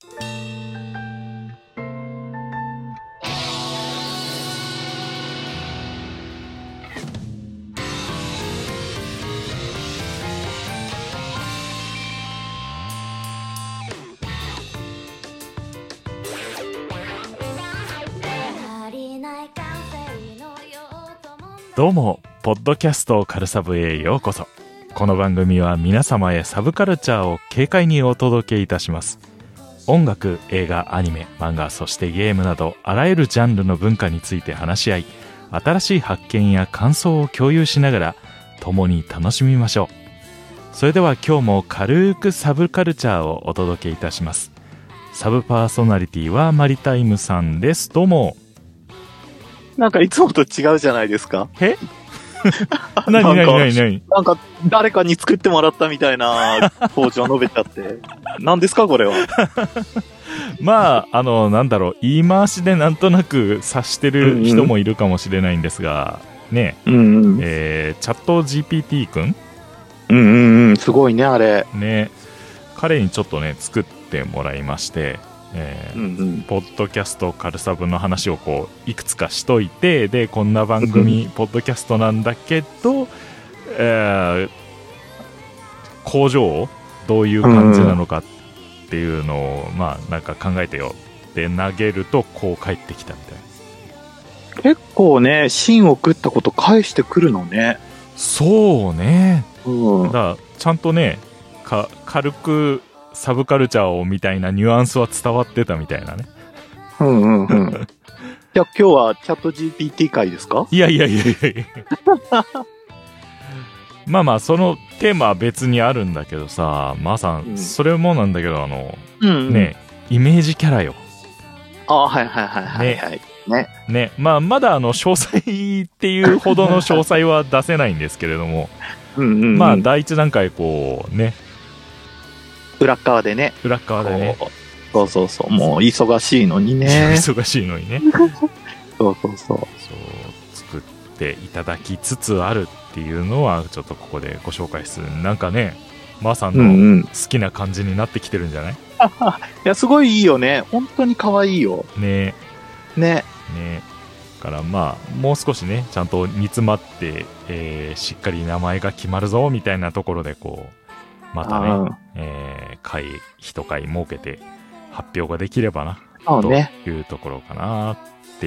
どうも、ポッドキャストカルサブへようこそ。この番組は皆様へサブカルチャーを軽快にお届けいたします。音楽、映画、アニメ、漫画、そしてゲームなどあらゆるジャンルの文化について話し合い、新しい発見や感想を共有しながら共に楽しみましょう。それでは今日も軽くサブカルチャーをお届けいたします。サブパーソナリティはマリタイムさんです。どうも。 なんかいつもと違うじゃないですか。 え何なんか誰かに作ってもらったみたいなポーズを述べちゃって。何ですかこれは。 まあ、なんだろう、言い回しでなんとなく察してる人もいるかもしれないんですが、ね、チャット GPT 君すごいね、あれ。 ね、彼にちょっとね、作ってもらいまして、ポッドキャストカルサブの話をこういくつかしといて、でこんな番組ポッドキャストなんだけど、工場どういう感じなのかっていうのを、まあなんか考えてよって投げるとこう返ってきたみたいな。 結構ね、芯を食ったこと返してくるのね。 そうね、だからちゃんとね、軽くサブカルチャーをみたいなニュアンスは伝わってたみたいなね。 じゃあ今日はチャット GPT 会ですか？ いやまあまあそのテーマは別にあるんだけどさ、まあさん、それもなんだけどね、イメージキャラよ。ね、まあまだ詳細っていうほどの詳細は出せないんですけれども、まあ第一段階こうね、裏側でね。そう、もう忙しいのにね。 そう作っていただきつつあるっていうのはちょっとここでご紹介する。なんかね、まーさんの好きな感じになってきてるんじゃない？ いや、すごいいいよね。本当に可愛いよ。 ね。だからまあもう少しね、ちゃんと煮詰まって、しっかり名前が決まるぞみたいなところでこうまたね、一回設けて発表ができればな、というところかなって。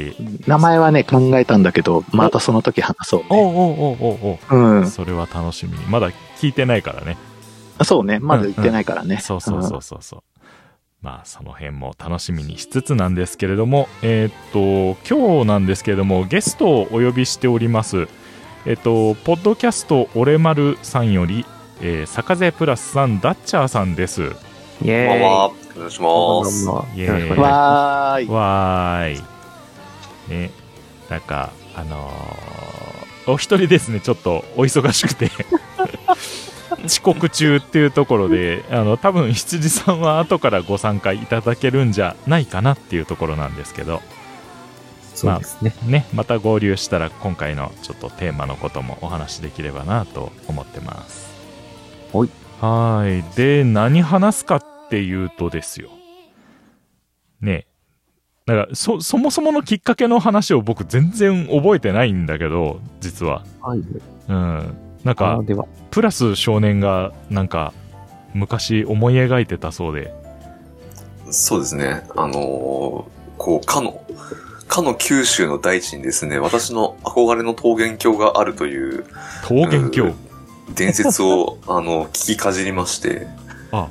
名前はね、考えたんだけど、またその時話そうね。 それは楽しみに。まだ聞いてないからね。 そうね、まだ言ってないからね。 そう。まあ、その辺も楽しみにしつつなんですけれども、今日なんですけれども、ゲストをお呼びしております。ポッドキャストオレマルさんより、サカゼプラスさん、ダッチャーさんです。 イエーイ。お願いします。 わーい。ね、なんか、お一人ですね、ちょっとお忙しくて。遅刻中っていうところで、多分羊さんは後からご参加いただけるんじゃないかなっていうところなんですけど。 そうですね。 また合流したら今回のちょっとテーマのこともお話できればなと思ってます。はい。で、何話すかっていうとですよ。ね。だからそもそものきっかけの話を僕全然覚えてないんだけど、実は。なんか、プラス少年がなんか昔思い描いてたそうで。 そうですね。こう、かの九州の大地にですね、私の憧れの桃源郷があるという。 桃源郷伝説を、聞きかじりまして。 はい。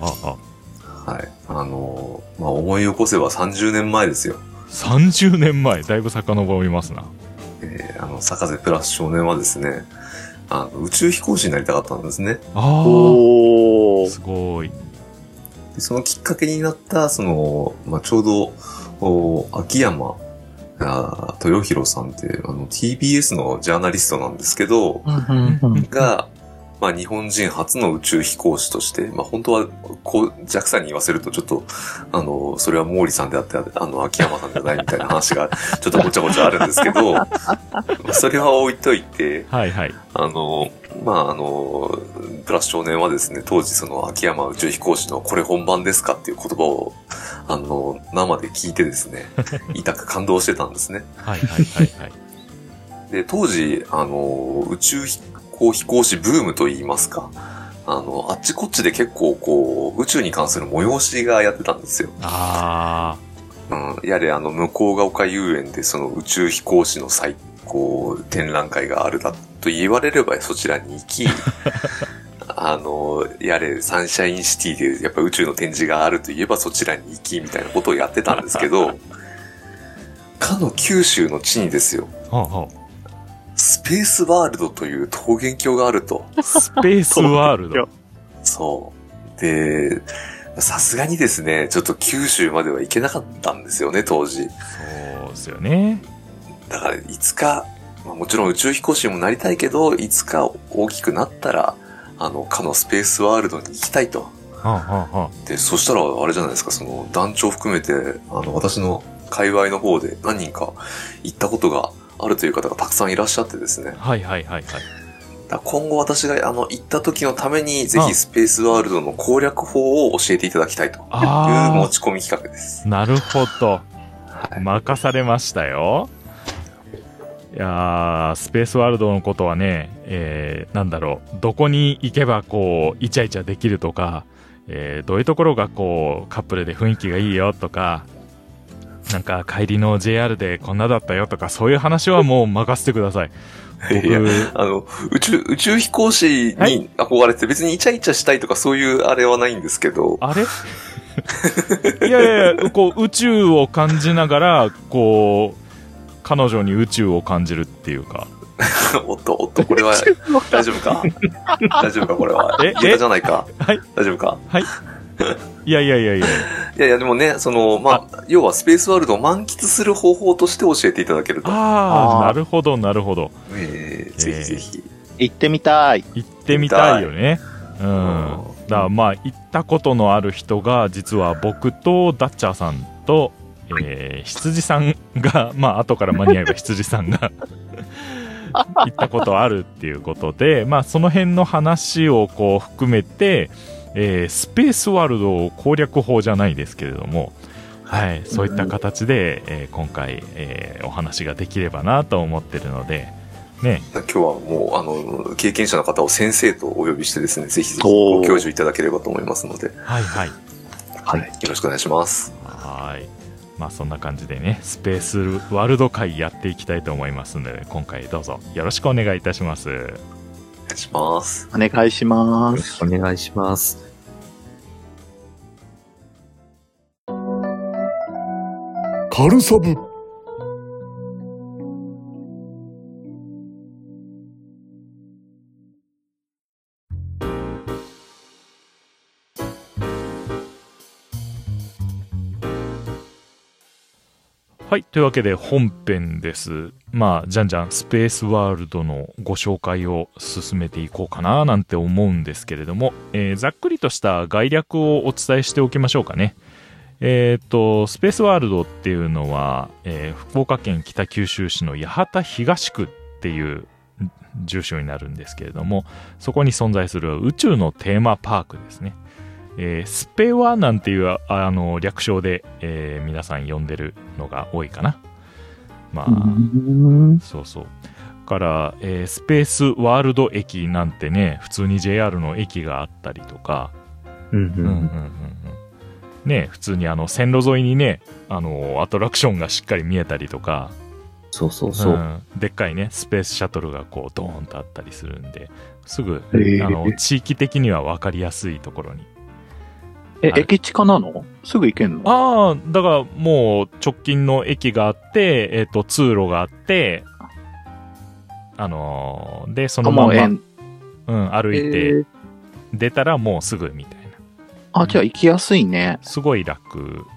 まあ、思い起こせば30年前ですよ。 30年前、だいぶ遡りますな。 サカゼプラス少年はですね、宇宙飛行士になりたかったんですね。 すごい。 でそのきっかけになった、まあ、ちょうど、秋山豊弘さんって、TBS のジャーナリストなんですけど、が、まあ、日本人初の宇宙飛行士として、まあ、本当は、JAXA に言わせるとちょっと、それは毛利さんであって、秋山さんじゃないみたいな話が、ちょっとごちゃごちゃあるんですけど、それは置いといて、 プラス少年はですね、当時その秋山宇宙飛行士のこれ本番ですかっていう言葉を、生で聞いてですね、痛く感動してたんですね。 はいはいはいはい。 で、当時、宇宙飛行士ブームといいますか、あっちこっちで結構こう、宇宙に関する催しがやってたんですよ。 あやれ向ヶ丘遊園でその宇宙飛行士の展覧会があるだと言われればそちらに行き、やれサンシャインシティでやっぱ宇宙の展示があると言えばそちらに行きみたいなことをやってたんですけど、かの九州の地にですよ。スペースワールドという桃源郷があると。 スペースワールド。 そう。で、さすがにですね、ちょっと九州までは行けなかったんですよね、当時。 そうですよね。 だから、いつか、もちろん宇宙飛行士にもなりたいけど、いつか大きくなったら、かのスペースワールドに行きたいと。で、そしたら、あれじゃないですか、その、団長含めて、私の界隈の方で何人か行ったことがあるという方がたくさんいらっしゃってですね。 はいはいはいはい。 今後私が行った時のためにぜひスペースワールドの攻略法を教えていただきたいという持ち込み企画です。 なるほど。 はい、 任されましたよ。いやー、スペースワールドのことはね、なんだろう、どこに行けばこうイチャイチャできるとか、どういうところがこうカップルで雰囲気がいいよとか、なんか帰りの JR でこんなだったよとか、そういう話はもう任せてください。 いや、宇宙飛行士に憧れて別にイチャイチャしたいとかそういうあれはないんですけど。 あれいやいや、こう宇宙を感じながら、こう、彼女に宇宙を感じるっていうか。 おっと、これは大丈夫か大丈夫かこれは。言えたじゃないか。 はい。 大丈夫かはい。いや、 でもね、要はスペースワールドを満喫する方法として教えていただけると。 なるほど、なるほど。 ぜひぜひ。 行ってみたい。 行ってみたいよね。だから行ったことのある人が、実は僕とダッチャーさんと、羊さんが、後から間に合えば羊さんが行ったことあるっていうことで、その辺の話をこう含めて、スペースワールド攻略法じゃないですけれども、はい、そういった形で、今回、お話ができればなと思ってるので、ね。 今日はもう、経験者の方を先生とお呼びしてですね、ぜひぜひご教授いただければと思いますので。 はいはい。 はい。よろしくお願いします。 はい。そんな感じでね、スペースワールド会やっていきたいと思いますので、今回どうぞよろしくお願いいたします。 お願いします。 お願いします。よろしくお願いします。 カルサブ。 はい、というわけで本編です。じゃんじゃんスペースワールドのご紹介を進めていこうかななんて思うんですけれども、ざっくりとした概略をお伝えしておきましょうかね。スペースワールドっていうのは、福岡県北九州市の八幡東区っていう住所になるんですけれども、そこに存在する宇宙のテーマパークですね。スペワなんていう略称で、皆さん呼んでるのが多いかな。そうそう。から、スペースワールド駅なんてね、普通に JR の駅があったりとか、ね、普通に線路沿いにね、アトラクションがしっかり見えたりとか、 そう、 でっかいね、スペースシャトルがこうドーンとあったりするんで、すぐ、地域的には分かりやすいところに。 駅近なの？すぐ行けんの？ だからもう直近の駅があって、通路があって、で、そのまま、歩いて、出たらもうすぐみたいな。 じゃあ行きやすいね。 すごい楽。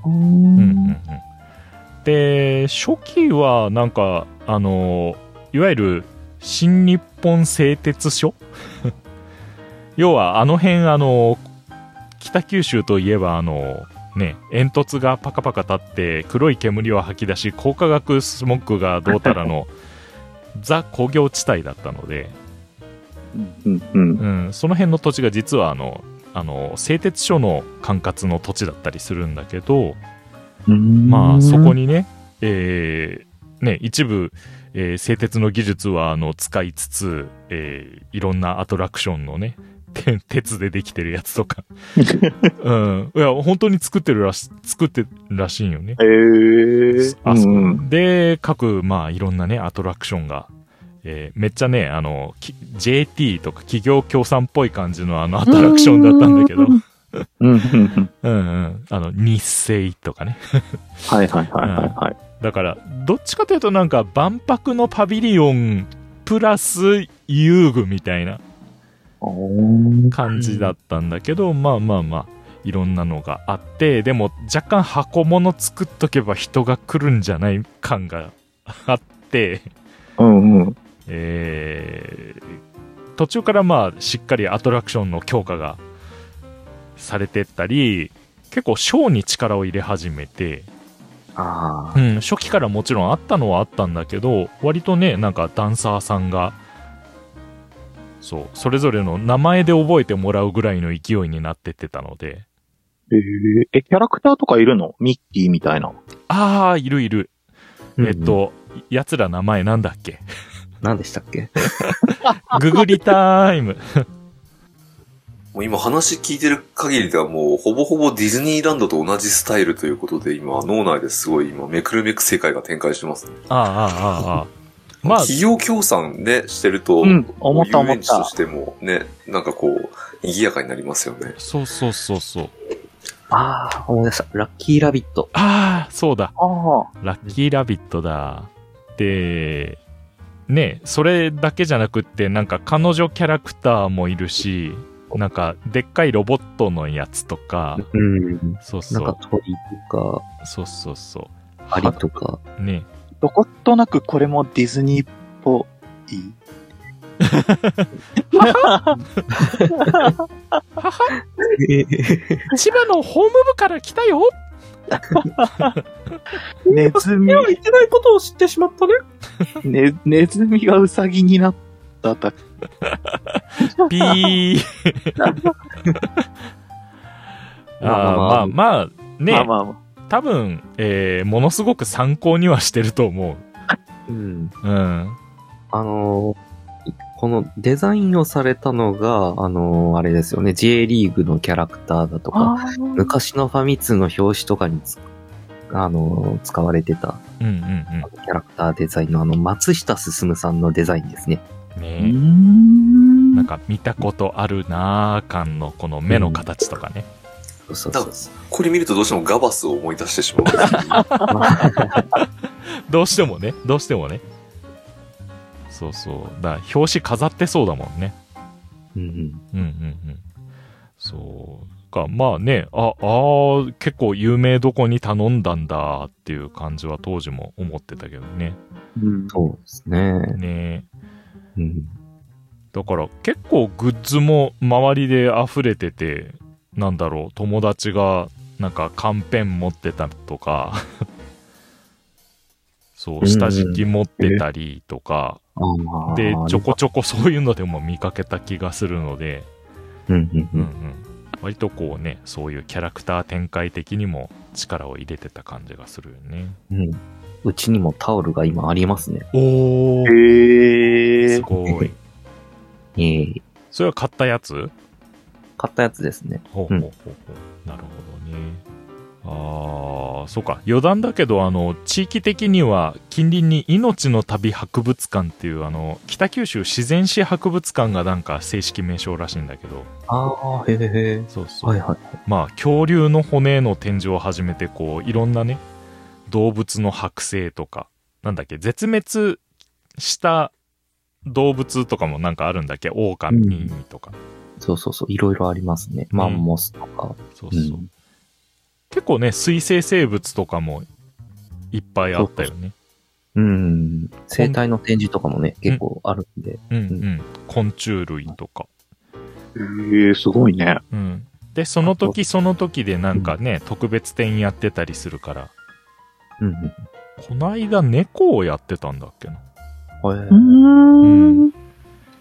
で、初期はなんか、いわゆる新日本製鉄所要は辺北九州といえば煙突がパカパカ立って黒い煙を吐き出し光化学スモッグがどうたらのザ工業地帯だったので、 その辺の土地が実は製鉄所の管轄の土地だったりするんだけど、まあそこにね、一部、製鉄の技術は使いつつ、いろんなアトラクションのね、鉄でできてるやつとか、いや本当に作ってるらしいんよね。で各まあいろんなねアトラクションが、めっちゃねJT とか企業協賛っぽい感じのアトラクションだったんだけど。日清とかね。だから、どっちかというとなんか万博のパビリオンプラス遊具みたいな感じだったんだけど、まあ、いろんなのがあって、でも若干箱物作っとけば人が来るんじゃない感があって、途中からまあ、しっかりアトラクションの強化がされてったり、結構ショーに力を入れ始めて、初期からもちろんあったのはあったんだけど、割とねなんかダンサーさんがそれぞれの名前で覚えてもらうぐらいの勢いになってってたので、 キャラクターとかいるの？ミッキーみたいな。 いる、奴ら名前なんだっけ？ 何でしたっけ？ ググリタイム。 もう今話聞いてる限りではもうほぼほぼディズニーランドと同じスタイルということで、今脳内ですごい今めくるめく世界が展開してますね。まあ企業協賛ねしてると、 思った遊園地としてもねなんかこう賑やかになりますよね。 そう。 思い出した。ラッキーラビット。 そうだ。ラッキーラビットだ。でね、それだけじゃなくってなんか彼女キャラクターもいるし。なんかでっかいロボットのやつとか、 なんか鳥とか、アリとかね。 どことなくこれもディズニーっぽい。 千葉のホーム部から来たよ。 ネズミは言ってないことを知ってしまったね。ネズミがウサギになっただけ。 ピー。まあね、多分、ものすごく参考にはしてると思う。 このデザインをされたのが、あれですよね、J リーグのキャラクターだとか、昔のファミ通の表紙とかに使われてた、キャラクターデザインの松下進さんのデザインですね。 なんか見たことあるなー感のこの目の形とかね。 これ見るとどうしてもガバスを思い出してしまう。 どうしてもね。だ表紙飾ってそうだもんね。そうか、まあね、結構有名どこに頼んだんだっていう感じは当時も思ってたけどね。 そうですね。 だから結構グッズも周りで溢れてて、なんだろう、友達がなんか缶ペン持ってたとか下敷き持ってたりとか、でちょこちょこそういうのでも見かけた気がするので、割とこうね、そういうキャラクター展開的にも力を入れてた感じがするよね。 うちにもタオルが今ありますね。 すごい。それは買ったやつ？ 買ったやつですね。 なるほどね。そうか。余談だけど、地域的には近隣に命の旅博物館っていう北九州自然史博物館がなんか正式名称らしいんだけど。まあ恐竜の骨の展示を始めて、こういろんなね動物の剥製とか、なんだっけ、絶滅した動物とかもなんかあるんだっけ、狼とか。 いろいろありますね。マンモスとか。 結構ね、水生生物とかもいっぱいあったよね。 生態の展示とかもね、結構あるんで。 昆虫類とか。 すごいね。 で、その時その時でなんかね、特別展やってたりするから。こないだ猫をやってたんだっけな。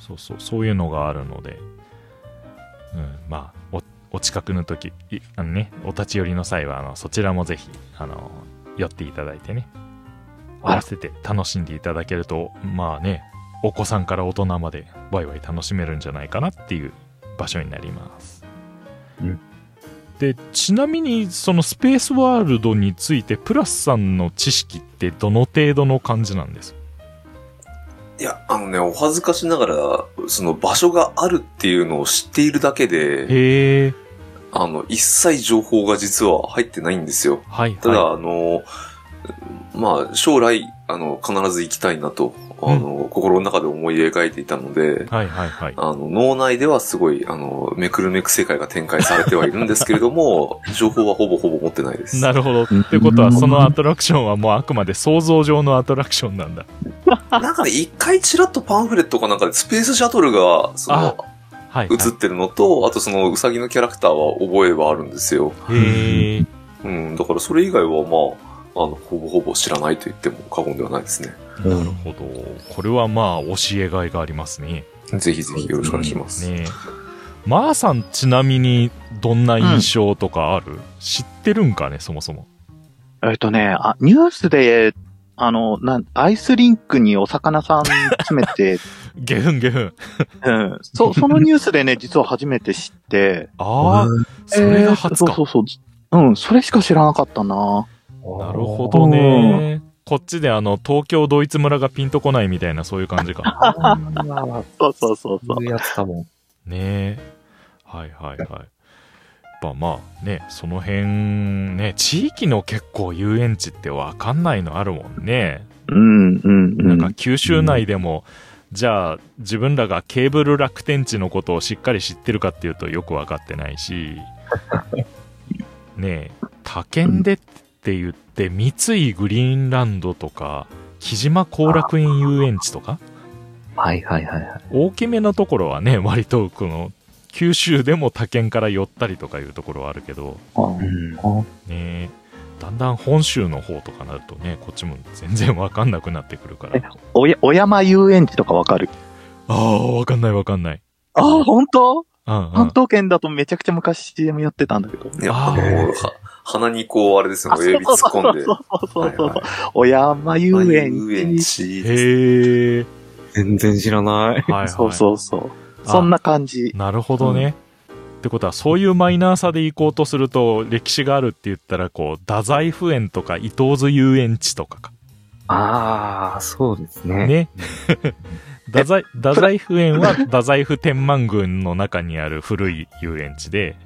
そういうのがあるので、まあ、お近くの時、お立ち寄りの際は、そちらもぜひ、寄っていただいてね、合わせて楽しんでいただけると、まあね、お子さんから大人までワイワイ楽しめるんじゃないかなっていう場所になります。で、ちなみにそのスペースワールドについてプラスさんの知識ってどの程度の感じなんです？ いや、お恥ずかしながら、その場所があるっていうのを知っているだけで、 へー。 一切情報が実は入ってないんですよ。 はい、はい。 ただ、まあ、将来、必ず行きたいなと、心の中で思い描いていたので、 はいはいはい。 脳内ではすごい、めくるめく世界が展開されてはいるんですけれども、情報はほぼほぼ持ってないです。 なるほど。ってことは、そのアトラクションはもうあくまで想像上のアトラクションなんだ。 なんかね、一回ちらっとパンフレットかなんかでスペースシャトルが、 はい、 映ってるのと、あとそのウサギのキャラクターは覚えはあるんですよ。 へー。だからそれ以外はまあ、ほぼほぼ知らないと言っても過言ではないですね。 なるほど。これはまあ、教えがいがありますね。 ぜひぜひよろしくお願いします。 ね、まーさん、ちなみにどんな印象とかある？知ってるんかね、そもそも。 ニュースで、アイスリンクにお魚さん詰めて、 ゲフン。 そのニュースでね、実は初めて知って、 ああ、それが初か。 そう。それしか知らなかったな。 なるほどね。こっちで東京ドイツ村がピンとこないみたいな、そういう感じか。 そう。 そういうやつかも。 ねえ。はい。まあね、その辺ね、地域の結構遊園地ってわかんないのあるもんね。なんか九州内でも、じゃあ自分らがケーブル楽天地のことをしっかり知ってるかっていうとよくわかってないし、ねえ、他県でって言って三井グリーンランドとか木島後楽園遊園地とか、 はい大きめのところはね、割とこの九州でも他県から寄ったりとかいうところはあるけど、ね、だんだん本州の方とかなるとね、こっちも全然わかんなくなってくるから。 小山遊園地とかわかる？ わかんない。 本当？関東圏だとめちゃくちゃ昔 CM やってたんだけど。 いや、鼻にこう、あれですよ、親指突っ込んで。 そう。小山遊園地。 へー。 全然知らない。 そう。そんな感じ。 なるほどね。ってことは、そういうマイナーさで行こうとすると、歴史があるって言ったら、こう、太宰府園とか伊東津遊園地とかか。 ああ、そうですね。 ね。太宰府園は太宰府天満宮の中にある古い遊園地で、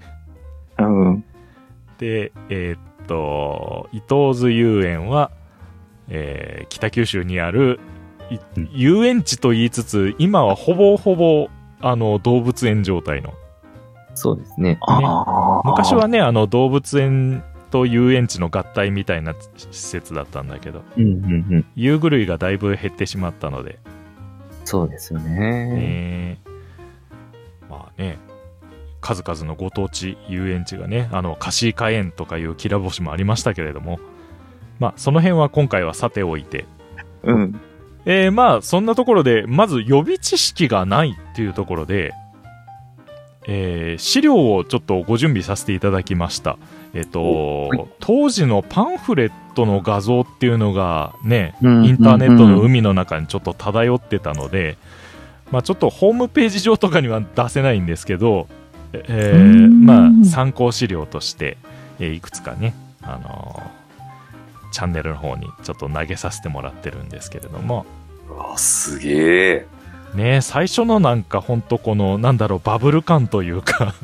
で、伊東津遊園は、北九州にある、遊園地と言いつつ、今はほぼほぼ、動物園状態の。 そうですね。 昔はね、動物園と遊園地の合体みたいな施設だったんだけど、遊具類がだいぶ減ってしまったので。 そうですよね。 まあね、数々のご当地遊園地がね、カシーカ園とかいうきら星もありましたけれども、まあ、その辺は今回はさておいて。まあ、そんなところで、まず予備知識がないっていうところで、資料をちょっとご準備させていただきました。当時のパンフレットの画像っていうのがね、インターネットの海の中にちょっと漂ってたので、まあちょっとホームページ上とかには出せないんですけど、まあ参考資料として、いくつかね、チャンネルの方にちょっと投げさせてもらってるんですけれども。 すげえ。 ね、最初のなんかほんとこの、なんだろう、バブル感というか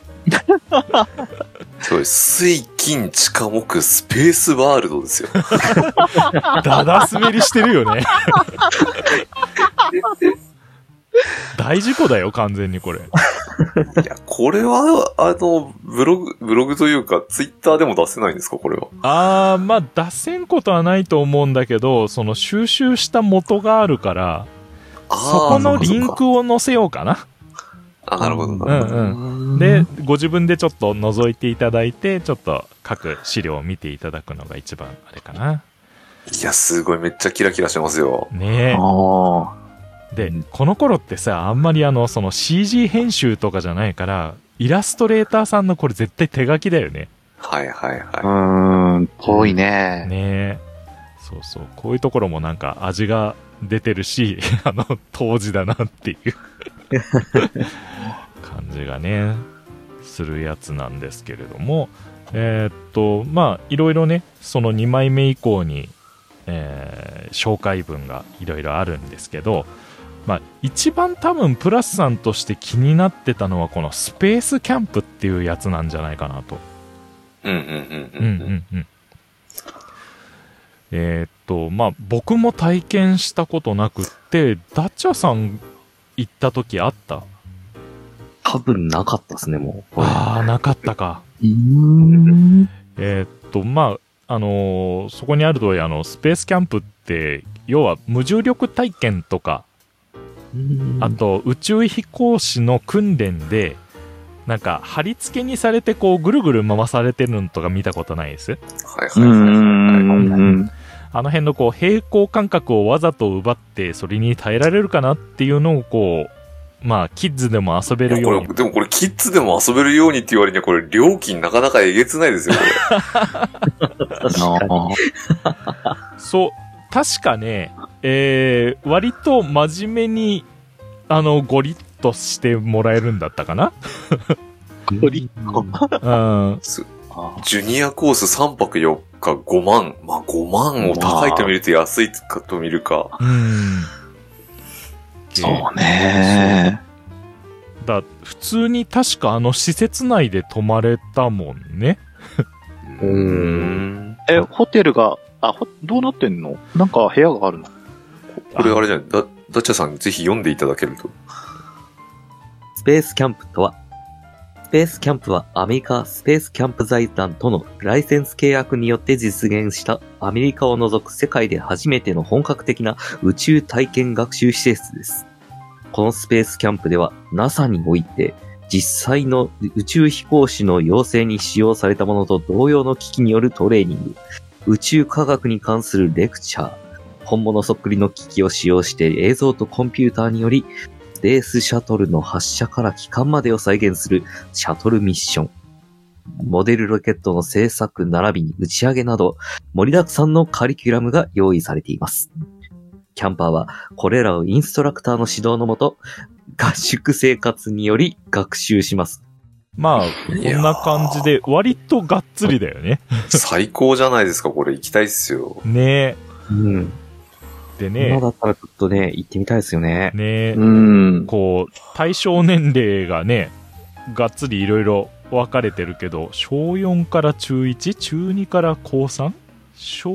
すごい、水金地下木スペースワールドですよ。 だだ滑りしてるよね。大事故だよ、完全にこれ。いや、これは、ブログというか、ツイッターでも出せないんですか、これは。 まあ、出せんことはないと思うんだけど、その収集した元があるから、そこのリンクを載せようかな。 なるほど。 で、ご自分でちょっと覗いていただいて、ちょっと各資料を見ていただくのが一番あれかな。 いや、すごい、めっちゃキラキラしてますよ。 ねえ。 で、この頃ってさ、あんまりその CG 編集とかじゃないから、イラストレーターさんのこれ絶対手書きだよね。 はいはいはい。 遠いね。 ねえ。そうそう。こういうところもなんか味が出てるし、当時だなっていう感じがね、するやつなんですけれども、まあ、いろいろね、その2枚目以降に、紹介文がいろいろあるんですけど、まあ、一番多分プラスさんとして気になってたのはこのスペースキャンプっていうやつなんじゃないかなと。まあ、僕も体験したことなくって、ダッチャさん行った時あった？ 多分なかったですね、もう。 ああ、なかったか。まあ、そこにある通り、スペースキャンプって、要は無重力体験とか、あと宇宙飛行士の訓練で、なんか貼り付けにされてこうぐるぐる回されてるのとか見たことないです？ はいはいはいはい。 あの辺のこう平行感覚をわざと奪ってそれに耐えられるかなっていうのをこう、まあキッズでも遊べるように。 でもこれキッズでも遊べるようにって言われにはこれ料金なかなかえげつないですよ、これ。 そう、確かね、割と真面目にゴリッとしてもらえるんだったかな。 ゴリッジュニアコース3泊4日5万。まあ5万を高いと見ると安いかと見るか。 そうね。 普通に確か施設内で泊まれたもんね。 ホテルが、どうなってんの？なんか部屋があるの？ これあれじゃない、ダッチャさんにぜひ読んでいただけると。 スペースキャンプとは、スペースキャンプはアメリカスペースキャンプ財団とのライセンス契約によって実現したアメリカを除く世界で初めての本格的な宇宙体験学習施設です。このスペースキャンプでは NASA において実際の宇宙飛行士の養成に使用されたものと同様の機器によるトレーニング、宇宙科学に関するレクチャー、本物そっくりの機器を使用して映像とコンピューターによりスペースシャトルの発射から帰還までを再現するシャトルミッション。モデルロケットの製作並びに打ち上げなど盛りだくさんのカリキュラムが用意されています。キャンパーはこれらをインストラクターの指導のもと合宿生活により学習します。 まあ、こんな感じで割とがっつりだよね。 最高じゃないですか、これ行きたいっすよ。 ねえ。 でね。 今だったらちょっとね、行ってみたいですよね。 ねこう、対象年齢がね、がっつりいろいろ分かれてるけど、小4から中 1？ 中2から高 3？ 小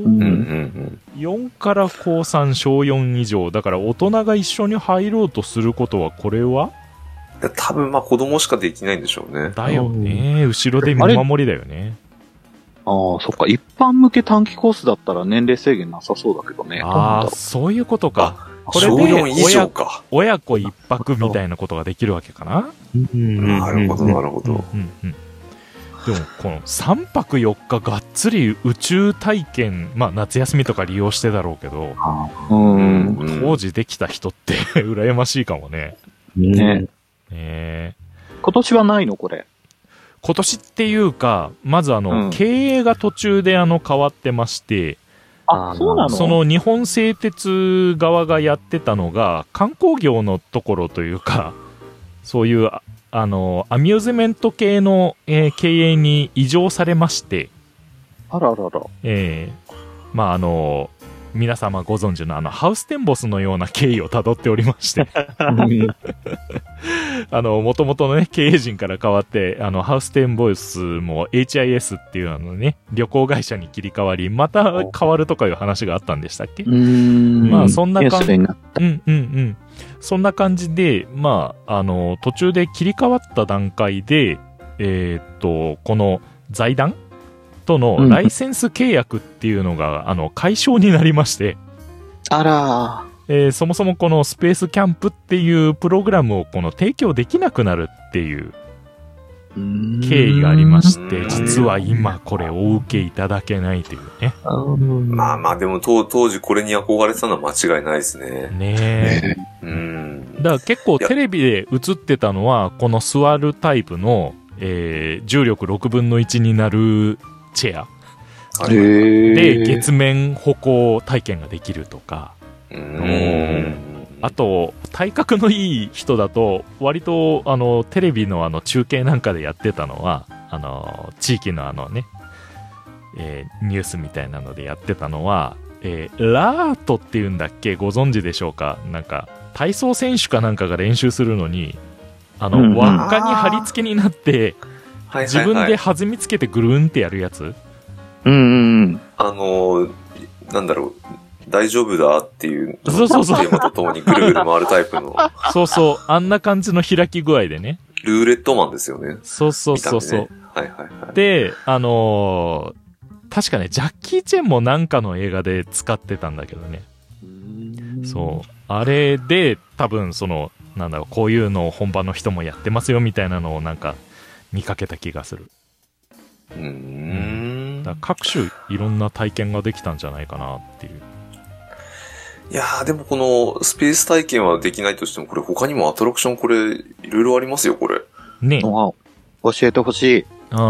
4から高3、小4以上。だから大人が一緒に入ろうとすることは、これは多分まあ子供しかできないんでしょうね。 だよね。後ろで見守りだよね。 そっか。一般向け短期コースだったら年齢制限なさそうだけどね。 そういうことか。これ小4以上か。 親子一泊みたいなことができるわけかな。 なるほど、なるほど。 でも、この3泊4日がっつり宇宙体験、まあ夏休みとか利用してだろうけど、当時できた人って羨ましいかもね。 今年はないのこれ。 今年っていうか、まず経営が途中で変わってまして、 そうなの？ その日本製鉄側がやってたのが、観光業のところというか、そういう、アミューズメント系の、経営に移譲されまして、 あららら。 まあ皆様ご存知のハウステンボスのような経緯をたどっておりましてもともとのね経営陣から変わってハウステンボスも HIS っていうね旅行会社に切り替わりまた変わるとかいう話があったんでしたっけ？まあそんな感じ。そんな感じでまあ途中で切り替わった段階でこの財団とのライセンス契約っていうのが、解消になりまして。 あらそもそもこのスペースキャンプっていうプログラムを提供できなくなるっていう経緯がありまして、実は今これお受けいただけないというね。 まあまあでも当時これに憧れてたのは間違いないですね。 ねえ。 だから結構テレビで映ってたのは、この座るタイプの、重力6分の1になるチェア。で、月面歩行体験ができるとか。あと、体格のいい人だと、割と、テレビの中継なんかでやってたのは、地域のニュースみたいなのでやってたのは、ラートっていうんだっけ、ご存知でしょうか。なんか、体操選手かなんかが練習するのに、輪っかに貼り付けになって、自分で弾みつけてぐるんってやるやつ。 なんだろう、大丈夫だっていう、 そうそうそう。 テーマとともにぐるぐる回るタイプの。 そうそう、あんな感じの開き具合でね。 ルーレットマンですよね。 そうそうそうそう。 ね、はいはいはい。 で、確かね、ジャッキー・チェンもなんかの映画で使ってたんだけどね。そう。あれで、多分なんだろう、こういうのを本場の人もやってますよみたいなのをなんか見かけた気がする。だから各種いろんな体験ができたんじゃないかなっていう。 いやー、でもこのスペース体験はできないとしても、これ他にもアトラクションこれ、いろいろありますよ、これ。 ね。 教えてほしい。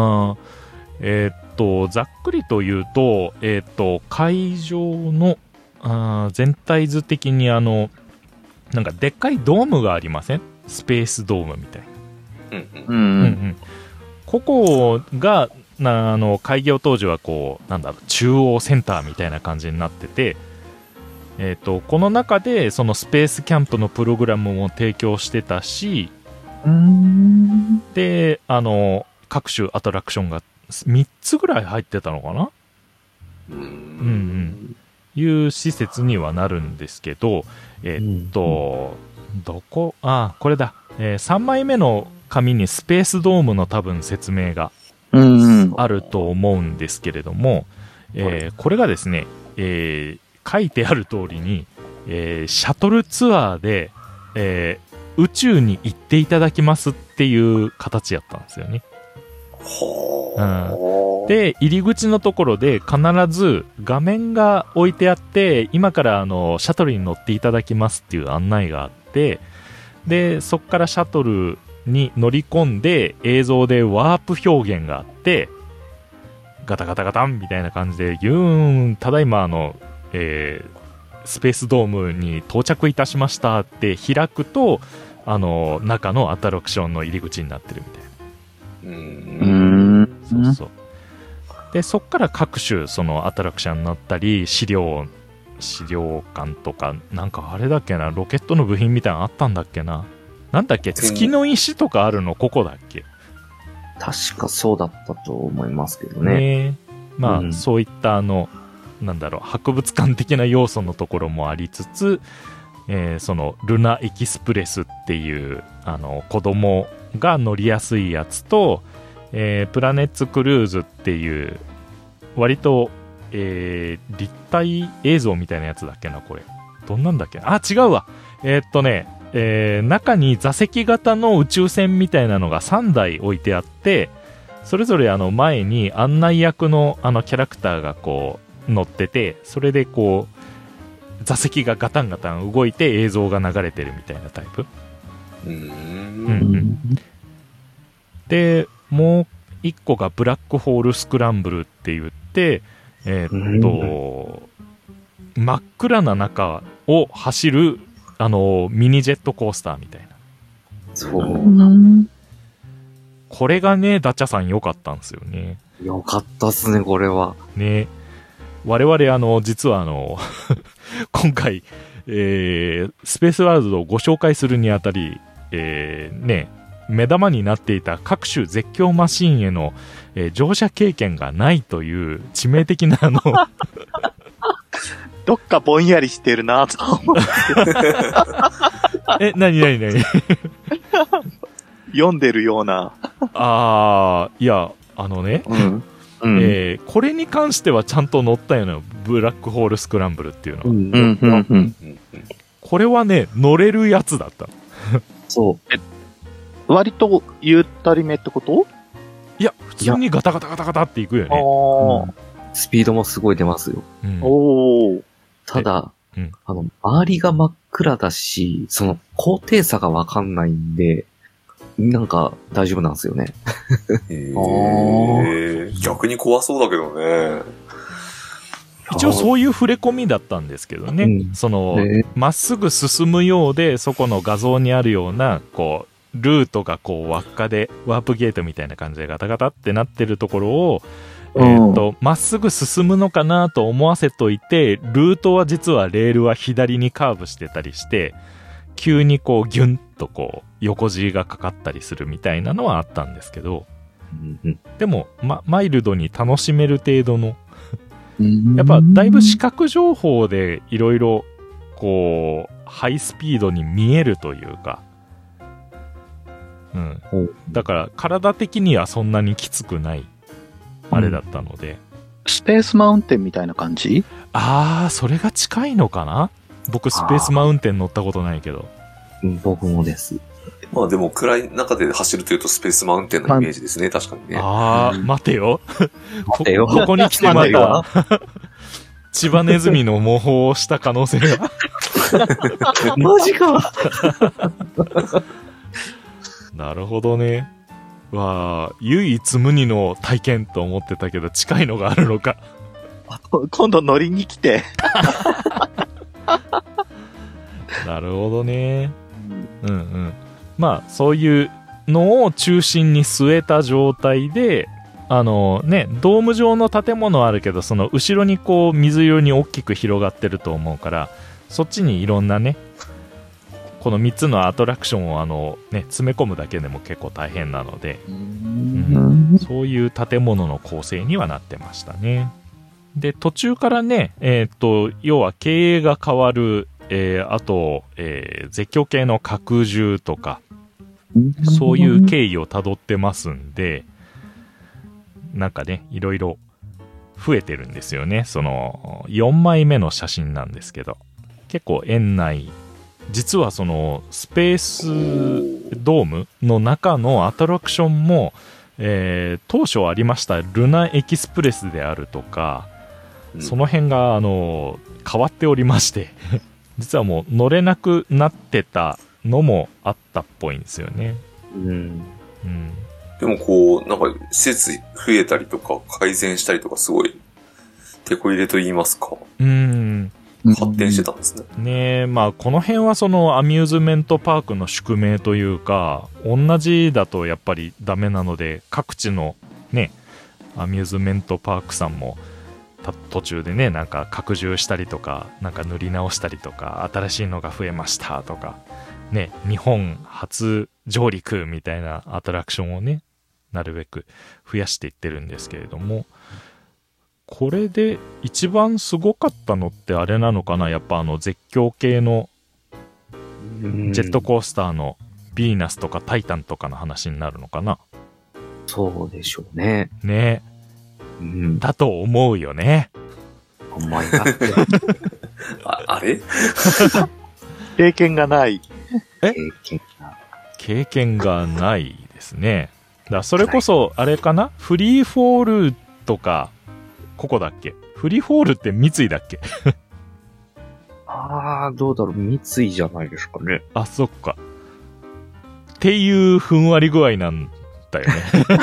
ざっくりと言うと、会場の、全体図的になんかでっかいドームがありません？スペースドームみたいな。ここが、開業当時はこう、なんだろう、中央センターみたいな感じになってて、この中でそのスペースキャンプのプログラムも提供してたし、で、各種アトラクションが3つぐらい入ってたのかな？いう施設にはなるんですけど、これだ。3枚目の紙にスペースドームの多分説明があると思うんですけれども、これがですね、書いてある通りに、シャトルツアーで、宇宙に行っていただきますっていう形やったんですよね。で、入り口のところで必ず画面が置いてあって、今からシャトルに乗っていただきますっていう案内があって、で、そこからシャトルに乗り込んで映像でワープ表現があって、ガタガタガタンみたいな感じで、ただいまスペースドームに到着いたしましたって開くと、中のアトラクションの入り口になってるみたいな。そうそう。で、そっから各種そのアトラクションになったり、資料館とか、なんかあれだっけな、ロケットの部品みたいなのあったんだっけな。なんだっけ、月の石とかあるのここだっけ。 確かそうだったと思いますけどね。 まあ、そういったなんだろう、博物館的な要素のところもありつつ、そのルナエキスプレスっていう子供が乗りやすいやつと、プラネッツクルーズっていう割と、立体映像みたいなやつだっけな、これどんなんだっけ。違うわ。中に座席型の宇宙船みたいなのが3台置いてあって、それぞれ前に案内役のキャラクターがこう乗ってて、それでこう座席がガタンガタン動いて映像が流れてるみたいなタイプ。で、もう一個がブラックホールスクランブルって言って、真っ暗な中を走るミニジェットコースターみたいな。 そう。 これがね、ダッチャさん良かったんですよね。 良かったっすね、これは。 ね。我々実は今回、スペースワールドをご紹介するにあたり、ね、目玉になっていた各種絶叫マシンへの、乗車経験がないという致命的などっかぼんやりしてるなと思って。 何読んでるような。 いや、これに関してはちゃんと載ったよね。ブラックホールスクランブルっていうのは。これはね、乗れるやつだった。 そう。 割とゆったりめってこと？ いや、普通にガタガタガタガタっていくよね。 スピードもすごい出ますよ。 おー。 ただ、 周りが真っ暗だし、その高低差がわかんないんで、なんか大丈夫なんですよね。 逆に怖そうだけどね。 一応そういう触れ込みだったんですけどね。その、まっすぐ進むようで、そこの画像にあるような、こう、ルートがこう輪っかで、ワープゲートみたいな感じでガタガタってなってるところを、まっすぐ進むのかなと思わせといて、ルートは実はレールは左にカーブしてたりして、急にこうギュンとこう横尻がかかったりするみたいなのはあったんですけど、でも、マイルドに楽しめる程度のやっぱだいぶ視覚情報でいろいろこうハイスピードに見えるというか、だから体的にはそんなにきつくないあれだったので、 スペースマウンテンみたいな感じ？ それが近いのかな。僕スペースマウンテン乗ったことないけど。 僕もです。 まあでも暗い中で走るというとスペースマウンテンのイメージですね、確かにね。 待てよ。 待てよ。 ここに来てまた、千葉ネズミの模倣をした可能性が。 マジか。 なるほどね。唯一無二の体験と思ってたけど、近いのがあるのか。 今度乗りに来て。 なるほどね。まあ、そういうのを中心に据えた状態で、ドーム状の建物あるけど、その後ろにこう水色に大きく広がってると思うから、そっちにいろんなね、この3つのアトラクションを詰め込むだけでも結構大変なので、そういう建物の構成にはなってましたね。で、途中からね、要は経営が変わる、あと、絶叫系の拡充とか、そういう経緯をたどってますんで、なんかね、いろいろ増えてるんですよね。その、4枚目の写真なんですけど、結構園内、実はその、スペースドームの中のアトラクションも、当初ありましたルナエキスプレスであるとか、その辺が、変わっておりまして、実はもう乗れなくなってたのもあったっぽいんですよね。 でもこう、なんか施設増えたりとか改善したりとかすごい手こ入れと言いますか。発展してたんですね。 ねえ、まあこの辺はそのアミューズメントパークの宿命というか、同じだとやっぱりダメなので、各地のね、アミューズメントパークさんも途中でね、なんか拡充したりとか、なんか塗り直したりとか、新しいのが増えましたとか、ね、日本初上陸みたいなアトラクションをね、なるべく増やしていってるんですけれども、これで一番すごかったのってあれなのかな、やっぱ絶叫系のジェットコースターのヴィーナスとかタイタンとかの話になるのかな。 そうでしょうね。 ね。だと思うよね。 お前が。 あれ経験がない。 経験がないですね。だからそれこそ、あれかな、フリーフォールとか、ここだっけ、フリーフォールって三井だっけどうだろう、三井じゃないですかね。 そっか。っていうふんわり具合なんだよね。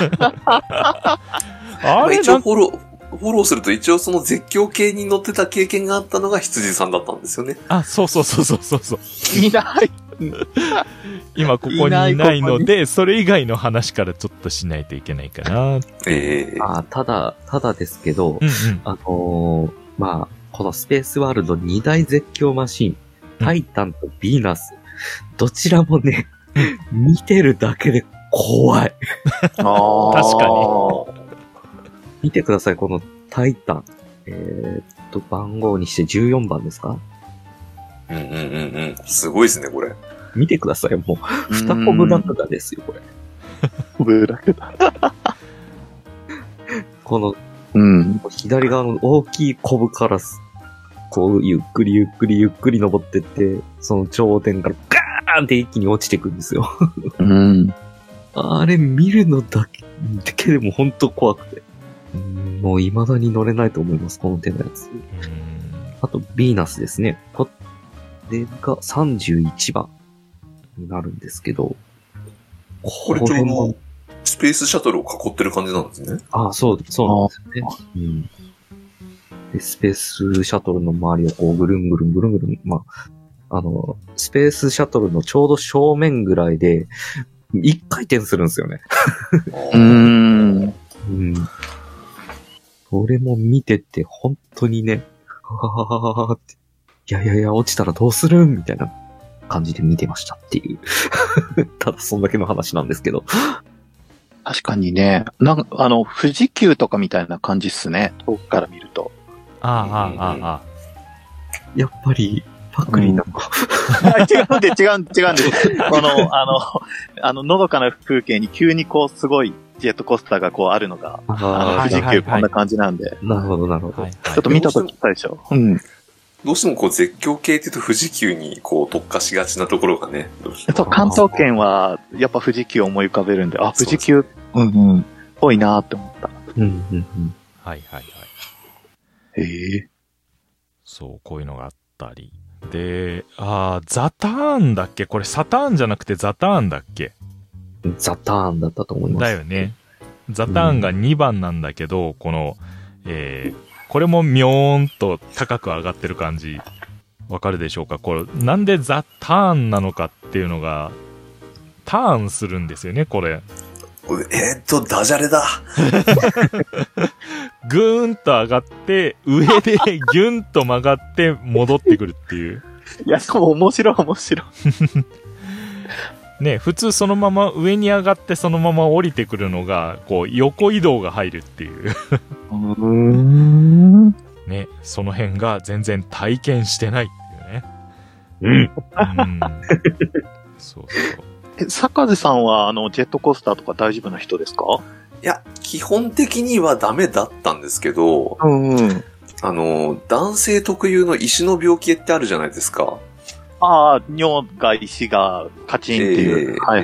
一応フォローすると、一応その絶叫系に乗ってた経験があったのが羊さんだったんですよね。 そう。 いない。 今ここにいないので、それ以外の話からちょっとしないといけないかな。 ただですけど、まあ、このスペースワールド2大絶叫マシン、タイタンとヴィーナス、どちらもね、見てるだけで怖い。 確かに。 見てください、このタイタン。番号にして14番ですか？ すごいですね、これ。 見てください、もう、二コブラクダですよ、これ。 ブラクダ。 この、左側の大きいコブからこう、ゆっくり登ってって、その頂点からガーンって一気に落ちてくんですよ。あれ見るのだけでも本当怖くて。もう未だに乗れないと思います、この手のやつ。 あと、ヴィーナスですね。これが31番になるんですけど、 これちょうどスペースシャトルを囲ってる感じなんですね。 ああ、そうなんですよね。うん。で、スペースシャトルの周りをこうぐるんぐるんぐるんぐるん、スペースシャトルのちょうど正面ぐらいで、一回転するんですよね。 うん。 これも見てて、本当にね、はははははって、いや、落ちたらどうするみたいな感じで見てましたっていう。ただそんだけの話なんですけど。 確かにね、富士急とかみたいな感じっすね。遠くから見ると。 やっぱり、パクリなのか。 違うんです。のどかな風景に急にこう、すごいジェットコースターがこうあるのが、富士急こんな感じなんで。 なるほど。ちょっと見たとき最初。うん。 どうしてもこう絶叫系って言うと富士急にこう特化しがちなところがね。 関東圏はやっぱ富士急を思い浮かべるんで、富士急、ぽいなーって思った。 はい。 へえ。 そう、こういうのがあったり。で、ザターンだっけ？これサターンじゃなくてザターンだっけ？ ザターンだったと思います。 だよね。ザターンが2番なんだけど、この、これもみょーんと高く上がってる感じ。わかるでしょうか？これ、なんでザターンなのかっていうのが、ターンするんですよね、これ。 ダジャレだ。 ぐーんと上がって、上でギュンと曲がって戻ってくるっていう。 いや、そう、面白い。 ね、普通そのまま上に上がってそのまま降りてくるのが、こう、横移動が入るっていう。ね、その辺が全然体験してないっていうね。そう。 坂津さんは、ジェットコースターとか大丈夫な人ですか？ いや、基本的にはダメだったんですけど、男性特有の石の病気ってあるじゃないですか。 尿が石がカチンっていう。はい。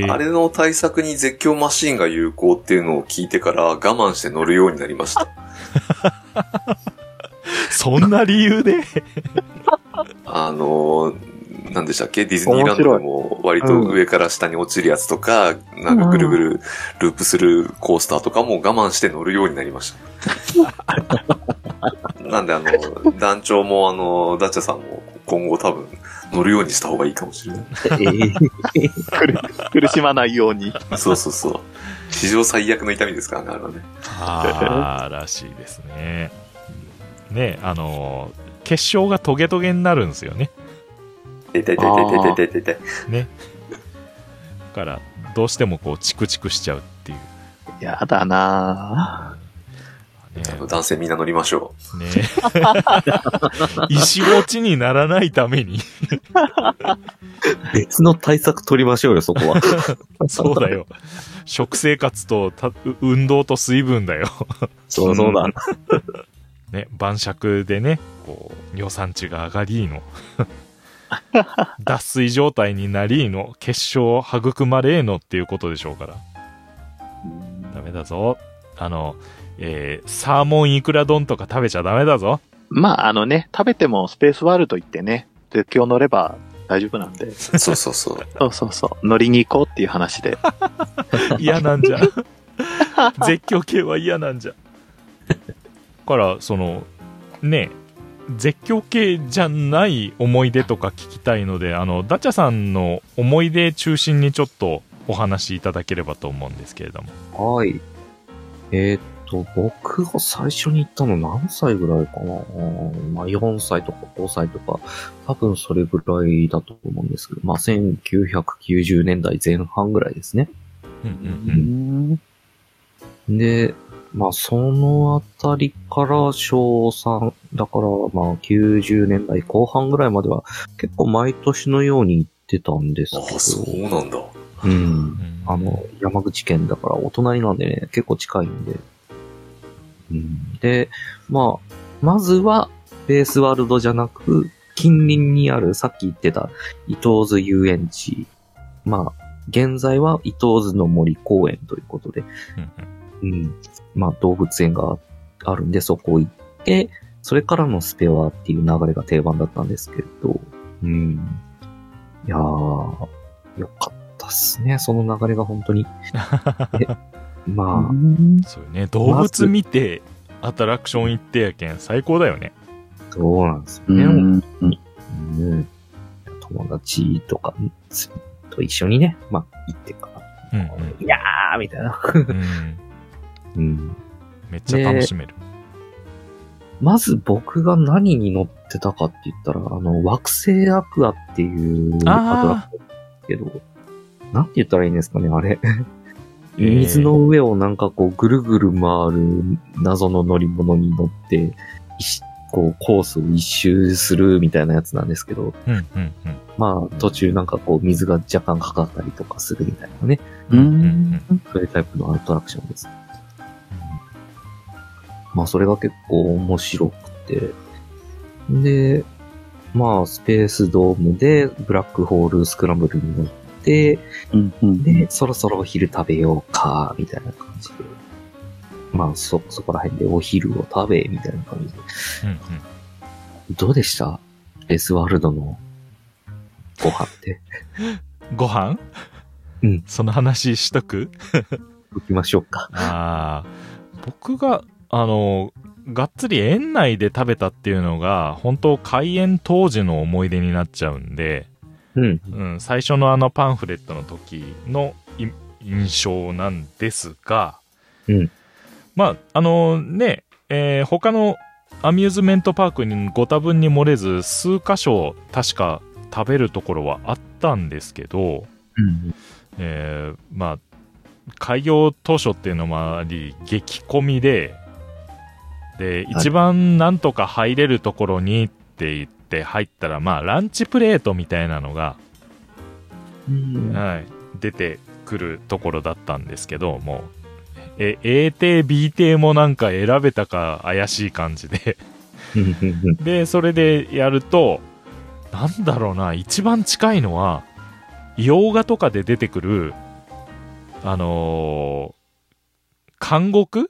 あれの対策に絶叫マシーンが有効っていうのを聞いてから我慢して乗るようになりました。 そんな理由で何でしたっけ？ディズニーランドでも割と上から下に落ちるやつとか、なんかぐるぐるループするコースターとかも我慢して乗るようになりました。なんで団長もダッチャさんも今後多分乗るようにした方がいいかもしれない。 苦しまないように。 そう。史上最悪の痛みですからね、あれはね。 らしいですね。ね、結晶がトゲトゲになるんですよね。 痛い。 ね。だから、どうしてもこう、チクチクしちゃうっていう。 やだなぁ。男性みんな乗りましょう。ね石落ちにならないために。 別の対策取りましょうよ、そこは。 そうだよ。食生活と運動と水分だよ。 そうだ。 ね、晩酌でね、こう、尿酸値が上がりの。脱水状態になりの結晶を育まれのっていうことでしょうから。ダメだぞ。サーモンイクラ丼とか食べちゃダメだぞ。 まあ食べてもスペースワールド行ってね、絶叫乗れば大丈夫なんで。 そう。 乗りに行こうっていう話で。 嫌なんじゃ。絶叫系は嫌なんじゃ。から、ね、絶叫系じゃない思い出とか聞きたいので、ダッチャさんの思い出中心にちょっとお話しいただければと思うんですけれども。 はい。僕が最初に行ったの何歳ぐらいかな。4歳とか5歳とか、多分それぐらいだと思うんですけど、1990年代前半ぐらいですね。で、そのあたりから小3、だから90年代後半ぐらいまでは結構毎年のように行ってたんですけど。 そうなんだ。 山口県だからお隣なんでね、結構近いんで。で、まずはベースワールドじゃなく、近隣にあるさっき言ってた伊東津遊園地。現在は伊東津の森公園ということで。動物園があるんで、そこ行って、 それからのスペアっていう流れが定番だったんですけど、うん。いやー、よかったっすね、その流れが本当に。まあ。 そうね、動物見て、アトラクション行ってやけん、最高だよね。 そうなんですよね。うん。友達とかと一緒にね、まあ、行ってから、いやーみたいな。うん。 めっちゃ楽しめる。 まず僕が何に乗ってたかって言ったら、惑星アクアっていうアトラクションですけど、なんて言ったらいいんですかね、あれ。水の上をなんかこうぐるぐる回る謎の乗り物に乗って、こうコースを一周するみたいなやつなんですけど、まあ途中なんかこう水が若干かかったりとかするみたいなね。そういうタイプのアトラクションです。まあそれが結構面白くて、で、まあスペースドームでブラックホールスクランブルに乗って、で、そろそろお昼食べようか、みたいな感じで。まあそこら辺でお昼を食べ、みたいな感じで。どうでしたレスワールドのご飯って。 ご飯？ うん。 その話しとく？ 行きましょうか。 僕が、がっつり園内で食べたっていうのが、本当開園当時の思い出になっちゃうんで、最初のパンフレットの時の印象なんですが、まあ、他のアミューズメントパークにご多分に漏れず、数箇所確か食べるところはあったんですけど、まあ、開業当初っていうのもあり、激混みで、一番なんとか入れるところにって言って入ったら、まあ、ランチプレートみたいなのが、出てくるところだったんですけど、もう、A 艇、B 艇もなんか選べたか怪しい感じで。で、それでやると、なんだろうな、一番近いのは、洋画とかで出てくる、監獄？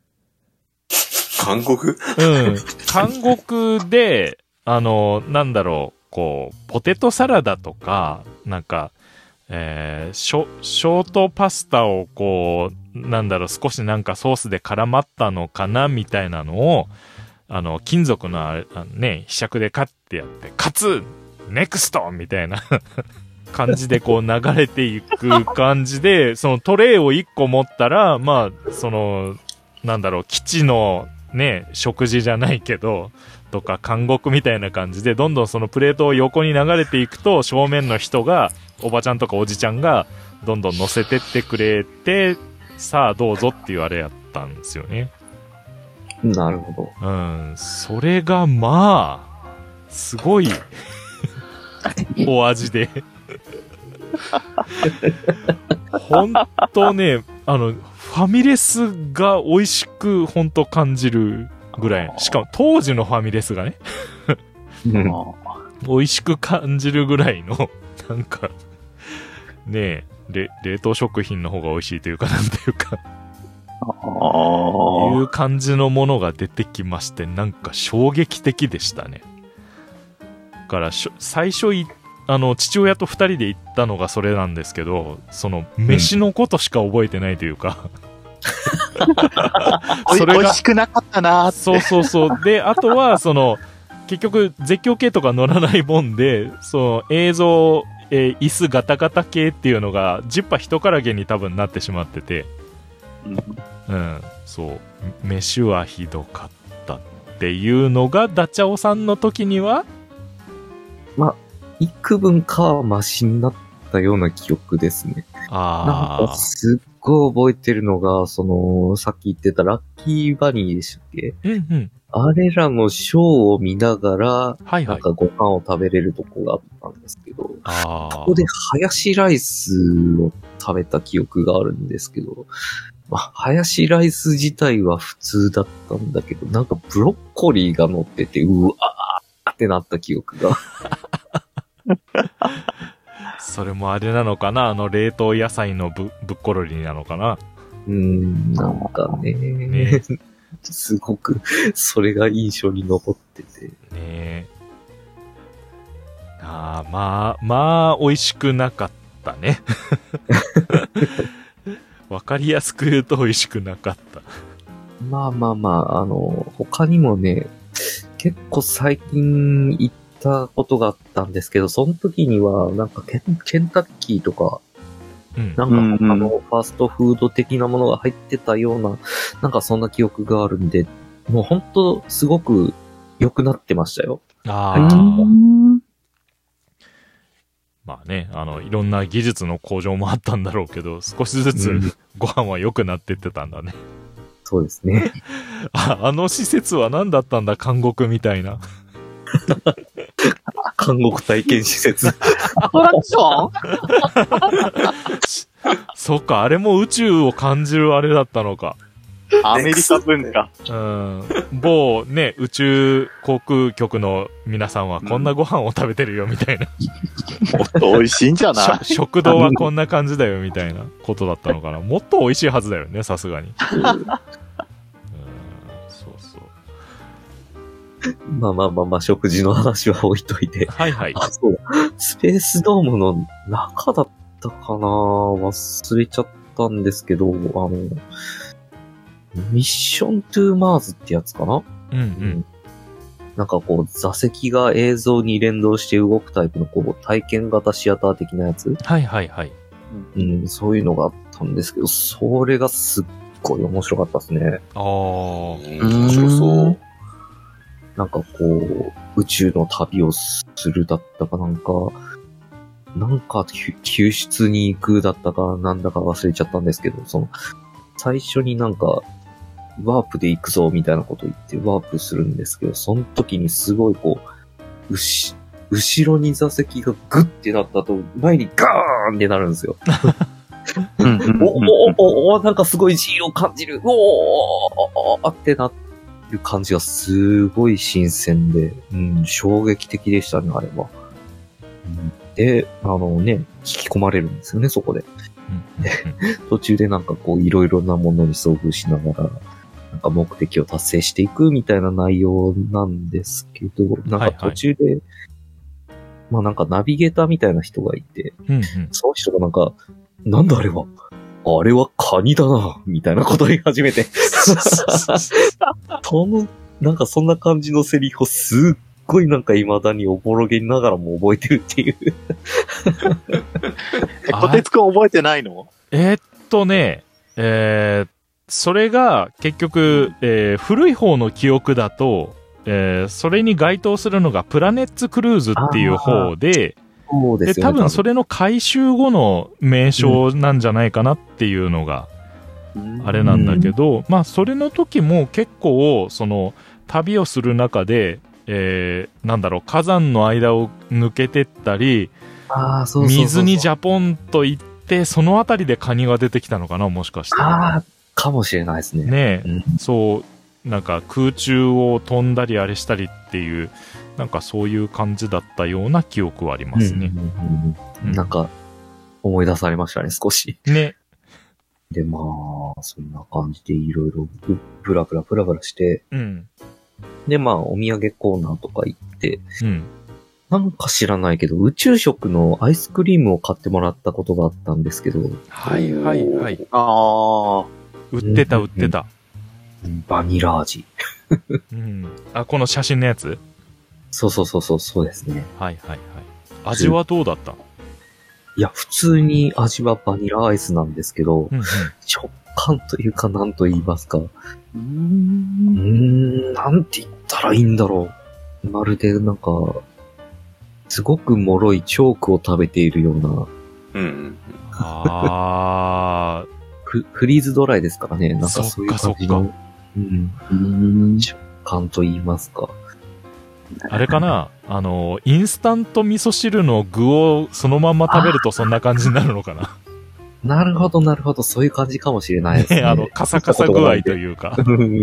監獄？ 監獄で、なんだろう、こう、ポテトサラダとか、なんか、ショートパスタをこう、なんだろう、少しなんかソースで絡まったのかな、みたいなのを、金属のね、ひしゃくでカッてやって、カツネクストみたいな感じでこう流れていく感じで、そのトレイを1個持ったら、まあ、なんだろう、基地のね、食事じゃないけど、とか監獄みたいな感じで、どんどんそのプレートを横に流れていくと、正面の人が、おばちゃんとかおじちゃんが、どんどん乗せてってくれて、さあどうぞっていうあれやったんですよね。 なるほど。それがまあ、すごい、お味で。ほんとね、ファミレスが美味しくほんと感じるぐらい。しかも当時のファミレスがね、美味しく感じるぐらいの、なんか、ねえ、冷凍食品の方が美味しいというか、なんていうか、いう感じのものが出てきまして、なんか衝撃的でしたね。だから最初父親と二人で行ったのがそれなんですけど、その飯のことしか覚えてないというか、 それが美味しくなかったなーって。 そうそうそう。で、あとは結局絶叫系とか乗らないもんで、映像、椅子ガタガタ系っていうのがジッパ一からげに多分なってしまってて、そう、飯はひどかったっていうのがダチャオさんの時には、 まあ、幾分かはマシになったような記憶ですね。なんかすっごい覚えてるのが、さっき言ってたラッキーバニーでしたっけ？あれらのショーを見ながら、なんかご飯を食べれるとこがあったんですけど、ここでハヤシライスを食べた記憶があるんですけど、まあ、ハヤシライス自体は普通だったんだけど、なんかブロッコリーが乗ってて、うわーってなった記憶が。 それもあれなのかな、冷凍野菜のぶっころりなのかな。 なんかね。 すごく、それが印象に残ってて。 ねえ。まあ、美味しくなかったね。わかりやすく言うと美味しくなかった。 まあ、他にもね、結構最近行ったことがあったんですけど、その時には、なんかケンタッキーとか、なんか他のファーストフード的なものが入ってたような、なんかそんな記憶があるんで、もう本当すごく良くなってましたよ。 まあね、いろんな技術の向上もあったんだろうけど、少しずつご飯は良くなってってたんだね。 そうですね。 あの施設は何だったんだ、監獄みたいな。 監獄体験施設。 アトラクションそっか、あれも宇宙を感じるあれだったのか。 アメリカ文化。 某ね、宇宙航空局の皆さんはこんなご飯を食べてるよみたいな。 もっと美味しいんじゃない食堂はこんな感じだよみたいなことだったのかな。もっと美味しいはずだよね、さすがに。そうそう。 まあ、食事の話は置いといて。 はいはい。 そうだ。スペースドームの中だったかな忘れちゃったんですけど、ミッショントゥーマーズってやつかななんかこう、座席が映像に連動して動くタイプのこう、体験型シアター的なやつはいはいはい。 そういうのがあったんですけど、それがすっごい面白かったですね。 面白そう。 なんかこう、宇宙の旅をするだったかなんか救出に行くだったかなんだか忘れちゃったんですけど、最初になんか、ワープで行くぞみたいなこと言ってワープするんですけど、その時にすごいこう、後ろに座席がグッてなった後、前にガーンってなるんですよ。なんかすごい G を感じる。ってなる感じがすごい新鮮で、衝撃的でしたね、あれは。で、引き込まれるんですよね、そこで。途中でなんかこういろいろなものに遭遇しながら、なんか目的を達成していくみたいな内容なんですけど、なんか途中で、まあなんかナビゲーターみたいな人がいて、その人がなんか、なんだあれはカニだな、みたいなことを言い始めて、なんかそんな感じのセリフをすっごいなんか未だにおぼろげながらも覚えてるっていう。 こてつくん覚えてないの？ それが結局、古い方の記憶だと、それに該当するのがプラネッツクルーズっていう方で、 そうですよね、 多分それの改修後の名称なんじゃないかなっていうのが、あれなんだけど、まあそれの時も結構、旅をする中で、火山の間を抜けてったり、水にジャポンと行って、そのあたりでカニが出てきたのかな、もしかして。 かもしれないですね。 ねえ、そう、なんか空中を飛んだりあれしたりっていう、なんかそういう感じだったような記憶はありますね。 なんか、思い出されましたね、少し。 ね。 で、まあ、そんな感じでいろいろブラブラして、で、まあ、お土産コーナーとか行って、なんか知らないけど、宇宙食のアイスクリームを買ってもらったことがあったんですけど。 はいはいはい。売ってた。 バニラ味。 この写真のやつ？ そうですね。 はい。味はどうだった？ いや、普通に味はバニラアイスなんですけど、食感というか何と言いますか。なんて言ったらいいんだろう。まるでなんか、すごく脆いチョークを食べているような。フリーズドライですからね。なんかそういう感じの。食感と言いますか。 あれかなインスタント味噌汁の具をそのまんま食べるとそんな感じになるのかな。 なるほど。そういう感じかもしれないですね。 カサカサ具合というか。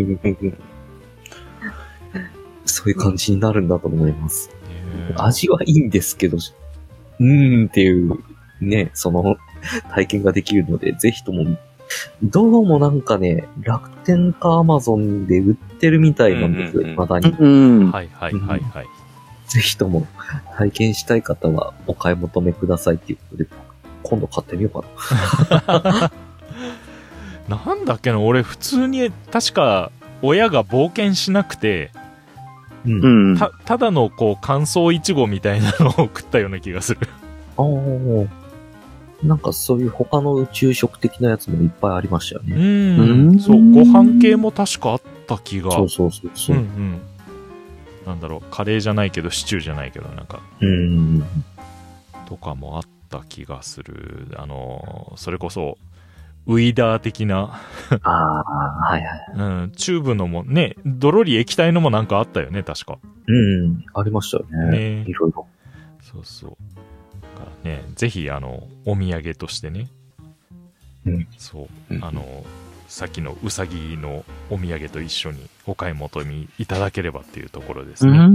そういう感じになるんだと思います。味はいいんですけど、っていう、ね、その体験ができるので、ぜひともどうもなんかね、楽天かアマゾンで売ってるみたいなんですよ、まだに。 はいはいはいはい。 ぜひとも体験したい方はお買い求めくださいっていうことで、今度買ってみようかな。 なんだっけな、俺普通に確か親が冒険しなくて、ただのこう乾燥いちごみたいなのを食ったような気がする。 ああ。なんかそういう他の宇宙食的なやつもいっぱいありましたよね。 そう、ご飯系も確かあった気が。 そう。 なんだろう、カレーじゃないけど、シチューじゃないけど、なんか。とかもあった気がする。それこそ、ウイダー的な。 はいはい。 チューブのもね、ドロリ液体のもなんかあったよね、確か。 ありましたよね。いろいろ。 そう。だからね、ぜひ、お土産としてね。そう。さっきのうさぎのお土産と一緒にお買い求めいただければっていうところですね。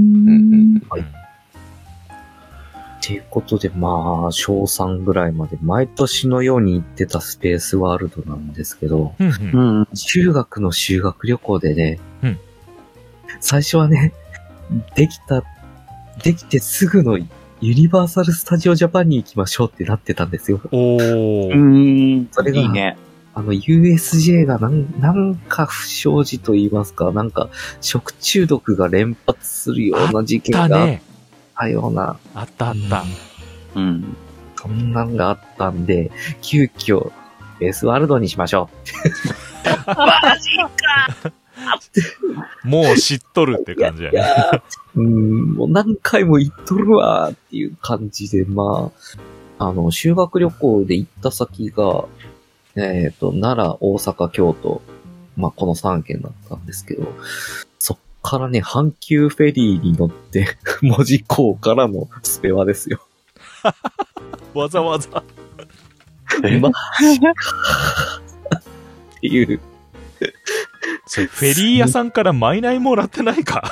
っていうことで、まあ、小3ぐらいまで毎年のように行ってたスペースワールドなんですけど、中学の修学旅行でね、最初はね、できてすぐのユニバーサル・スタジオ・ジャパンに行きましょうってなってたんですよ。それが、いいね。USJ がなんか不祥事と言いますか、なんか食中毒が連発するような事件があったような。 あった。 そんなんがあったんで、急遽、ベースワールドにしましょう。マジかもう知っとるって感じやね。 もう何回も行っとるわーっていう感じで、まあ、修学旅行で行った先が、奈良、大阪、京都、まあ、この3県だったんですけど、そっからね、阪急フェリーに乗って、門司港からのスペワですよ。 わざわざ。 マジか。っていう。 それフェリー屋さんからマイナイもらってないか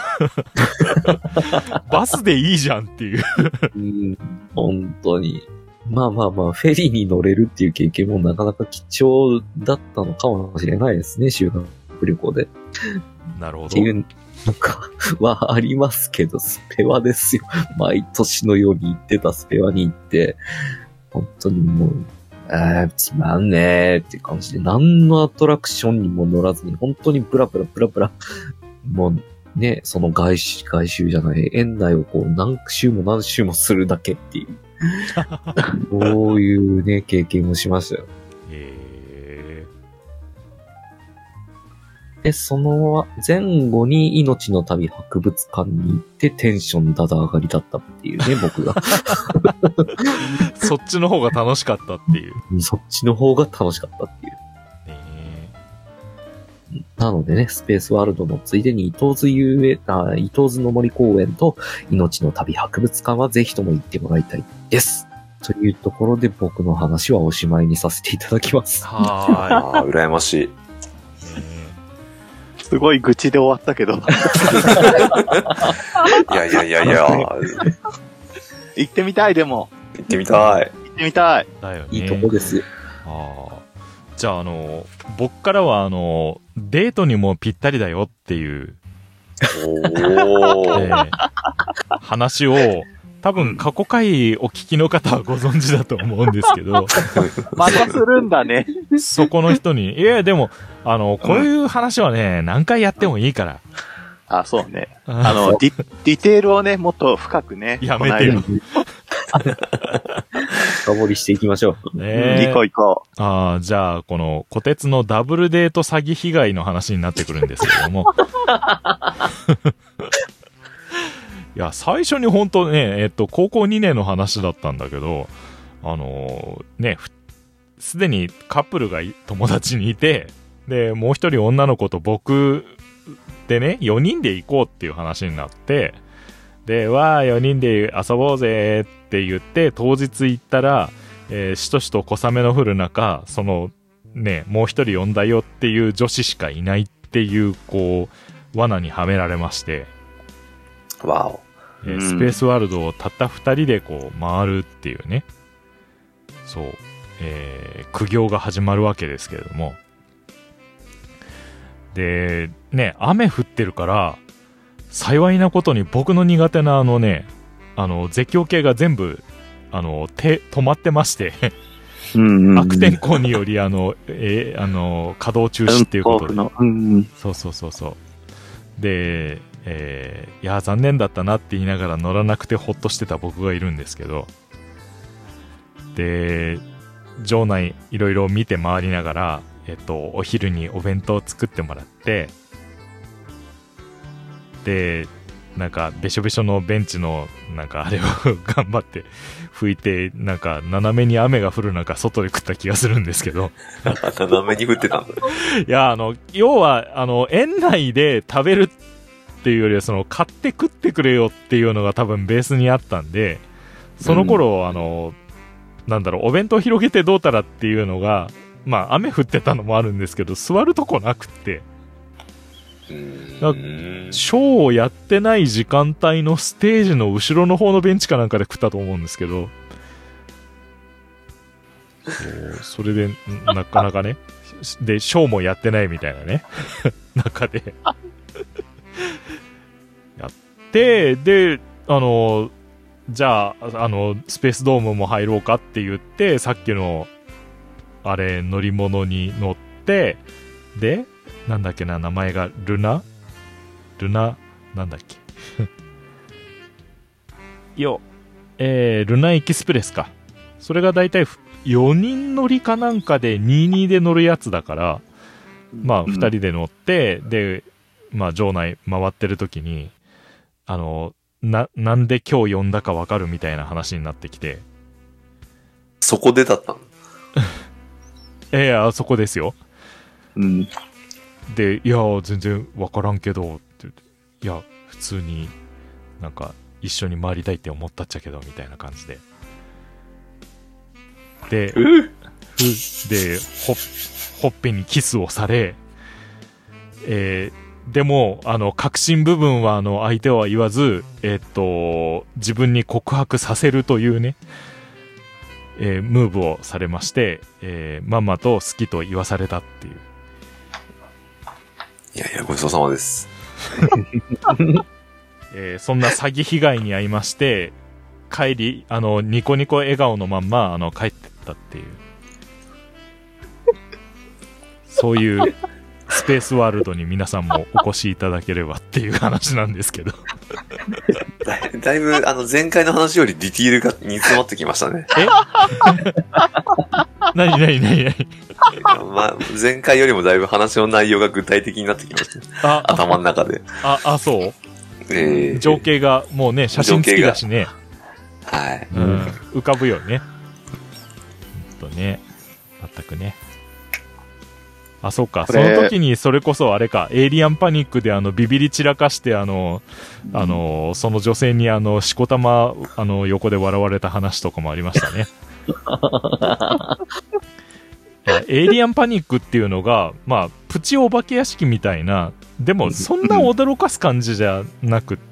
バスでいいじゃんっていう。 本当に。まあ、フェリーに乗れるっていう経験もなかなか貴重だったのかもしれないですね、修学旅行で。 なるほど。 っていうのかはありますけど、スペワですよ。毎年のように行ってたスペワに行って、本当にもう、つまんねーって感じで、何のアトラクションにも乗らずに、本当にブラブラ、もうね、その外周じゃない、園内をこう何周もするだけっていう。そういうね、経験をしましたよ。で、その前後に命の旅博物館に行ってテンションだだ上がりだったっていうね、僕が。 そっちの方が楽しかったっていう。 そっちの方が楽しかったっていう。なのでね、スペースワールドのついでに伊東津の森公園と命の旅博物館はぜひとも行ってもらいたいです。というところで僕の話はおしまいにさせていただきます。 羨ましい。 すごい愚痴で終わったけど。 いや。 行ってみたい、でも。 行ってみたい。 だよね。 いいとこですよ。 じゃあ、僕からは、デートにもぴったりだよっていう、話を、多分過去回お聞きの方はご存知だと思うんですけど。 またするんだね。 そこの人に、いやでも、こういう話はね、何回やってもいいから。 あ、そうね。ディテールをね、もっと深くね。 やめてよ。 深掘りしていきましょう。 行こう。じゃあ、この、小鉄のダブルデート詐欺被害の話になってくるんですけども。いや、最初に本当ね、高校2年の話だったんだけど、ね、すでにカップルが友達にいて、で、もう一人女の子と僕でね、4人で行こうっていう話になって、で、4人で遊ぼうぜって言って、当日行ったら、しとしと小雨の降る中、その、ね、もう一人呼んだよっていう女子しかいないっていう、こう、罠にはめられまして、 わお。 スペースワールドをたった2人でこう回るっていうね。そう。 苦行が始まるわけですけれども。で、ね、雨降ってるから、幸いなことに僕の苦手な絶叫系が全部、止まってまして、悪天候により、稼働中止っていうことで。そう。で、いや、残念だったなって言いながら乗らなくてほっとしてた僕がいるんですけど、で、場内いろいろ見て回りながら、お昼にお弁当を作ってもらって、で、なんか、べしょべしょのベンチの、なんか、あれを頑張って拭いて、なんか、斜めに雨が降る中、外で食った気がするんですけど。 斜めに降ってたんだ。 いや、要は、園内で食べるっていうよりは、買って食ってくれよっていうのが多分ベースにあったんで、その頃、お弁当広げてどうたらっていうのが、まあ、雨降ってたのもあるんですけど、座るとこなくって、ショーをやってない時間帯のステージの後ろの方のベンチかなんかで食ったと思うんですけど、それでなかなかね、でショーもやってないみたいなね中でやって、でじゃあスペースドームも入ろうかって言って、さっきのあれ乗り物に乗って、でなんだっけな、名前がルナなんだっけルナエキスプレスか。それがだいたい4人乗りかなんかで22で乗るやつだから、まあ2人で乗って、でまあ場内回ってる時になんで今日呼んだかわかるみたいな話になってきて、 そこでだったの？ いや、そこですよ。で、いや、全然わからんけどって言って、いや、普通になんか一緒に回りたいって思ったっちゃけどみたいな感じで、で、ほっぺにキスをされ、でも核心部分は相手は言わず、自分に告白させるというね、ムーブをされまして、まんまと好きと言わされたっていう。 いやいや、ごちそうさまです。 そんな詐欺被害に遭いまして、帰り、ニコニコ笑顔のまんま、帰ってったっていう。そういうスペースワールドに皆さんもお越しいただければっていう話なんですけど。 だいぶ、前回の話よりディティールが煮詰まってきましたね。 なにまあ、前回よりもだいぶ話の内容が具体的になってきました。頭の中で。 そう、情景がもうね、写真付きだしね。 はい。 浮かぶよね。ね。全くね。そうか。その時にそれこそあれか、エイリアンパニックでビビり散らかして、その女性にしこたま、横で笑われた話とかもありましたね。エイリアンパニックっていうのが、まあ、プチお化け屋敷みたいな、でもそんな驚かす感じじゃなくって、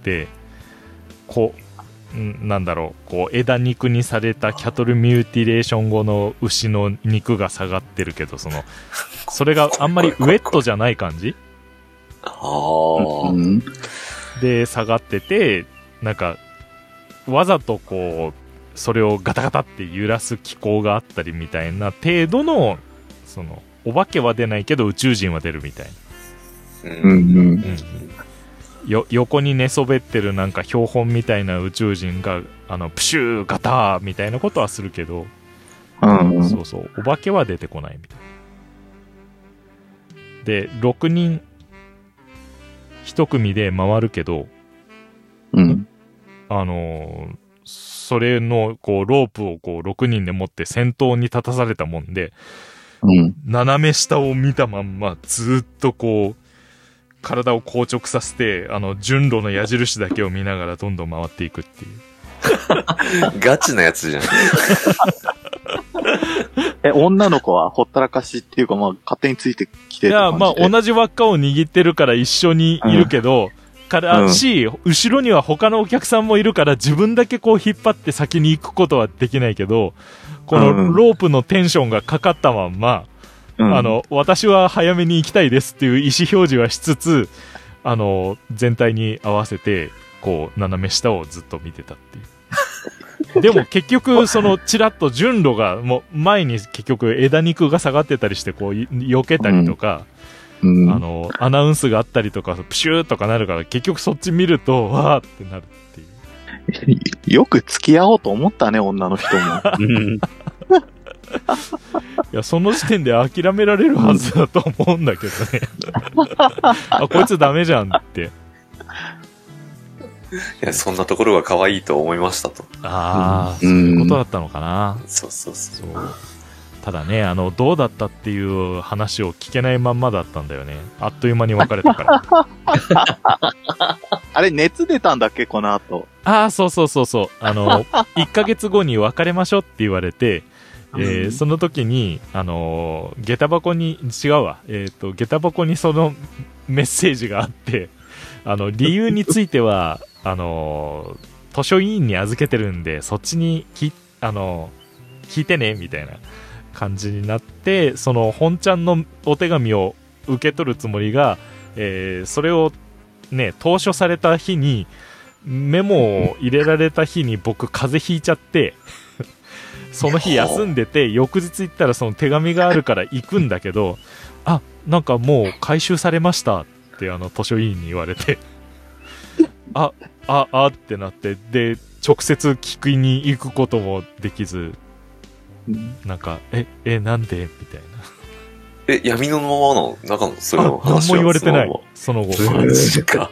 なんだろう、枝肉にされたキャトルミューティレーション後の牛の肉が下がってるけど、それがあんまりウェットじゃない感じで下がってて、なんか、わざとそれをガタガタって揺らす機構があったりみたいな程度の、お化けは出ないけど宇宙人は出るみたいな。横に寝そべってるなんか標本みたいな宇宙人がプシューガターみたいなことはするけど、そうそうお化けは出てこないみたいな。で6人1組で回るけど、それのロープを6人で持って先頭に立たされたもんで、斜め下を見たまんまずっと体を硬直させて、順路の矢印だけを見ながらどんどん回っていくっていう。 ガチなやつじゃん。 女の子はほったらかしっていうか、まあ、勝手についてきてる感じで。 いや、まあ、同じ輪っかを握ってるから一緒にいるけど、 からし、後ろには他のお客さんもいるから自分だけこう引っ張って先に行くことはできないけど、このロープのテンションがかかったまんま、私は早めに行きたいですっていう意思表示はしつつ、全体に合わせて、こう、斜め下をずっと見てたっていう。でも結局、ちらっと順路が、もう前に結局枝肉が下がってたりして、こう、避けたりとか、アナウンスがあったりとか、プシューとかなるから、結局そっち見ると、わーってなるっていう。 よく付き合おうと思ったね、女の人も。 いや、その時点で諦められるはずだと思うんだけどね。あ、こいつダメじゃんって。 いや、そんなところが可愛いと思いましたと。 ああ、そういうことだったのかな。 そうそうそう。 ただね、どうだったっていう話を聞けないまんまだったんだよね。あっという間に別れたから。 あれ、熱出たんだっけ、この後。 ああ、そうそうそうそう。1ヶ月後に別れましょうって言われて、その時に、下駄箱に、違うわ。下駄箱にそのメッセージがあって、理由については、図書委員に預けてるんで、そっちに聞いてね、みたいな感じになって、その本ちゃんのお手紙を受け取るつもりが、それをね、投書された日に、メモを入れられた日に僕風邪ひいちゃって、その日休んでて、翌日行ったらその手紙があるから行くんだけど、あ、なんかもう回収されましたって図書委員に言われて、ってなって、で、直接聞きに行くこともできず、なんか、なんでみたいな。 闇のままの中のそれの話は何も言われてない、その後。 マジか。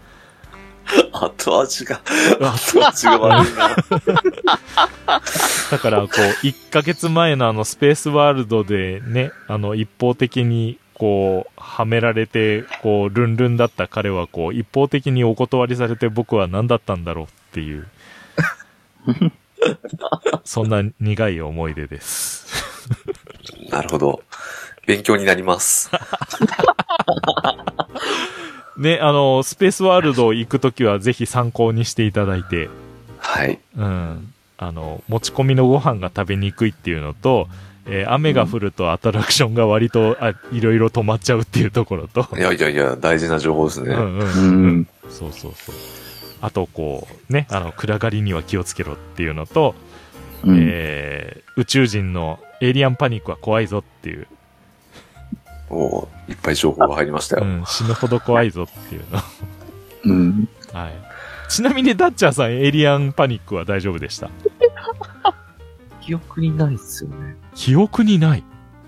後味が悪いな。 だから、こう、1ヶ月前のスペースワールドでね、一方的に、こう、はめられて、こう、ルンルンだった彼は、こう、一方的にお断りされて僕は何だったんだろうっていう、そんな苦い思い出です。 なるほど。勉強になります。 ね、スペースワールド行くときはぜひ参考にしていただいて。 はい。 うん。持ち込みのご飯が食べにくいっていうのと、雨が降るとアトラクションが割と、いろいろ止まっちゃうっていうところと。 いや、大事な情報ですね。 そうそうそう。あと、こう、ね、暗がりには気をつけろっていうのと、宇宙人のエイリアンパニックは怖いぞっていう。 いっぱい情報が入りましたよ。 死ぬほど怖いぞっていうの。はい。ちなみにダッチャーさん、エイリアンパニックは大丈夫でした？ 記憶にないっすよね。 記憶にない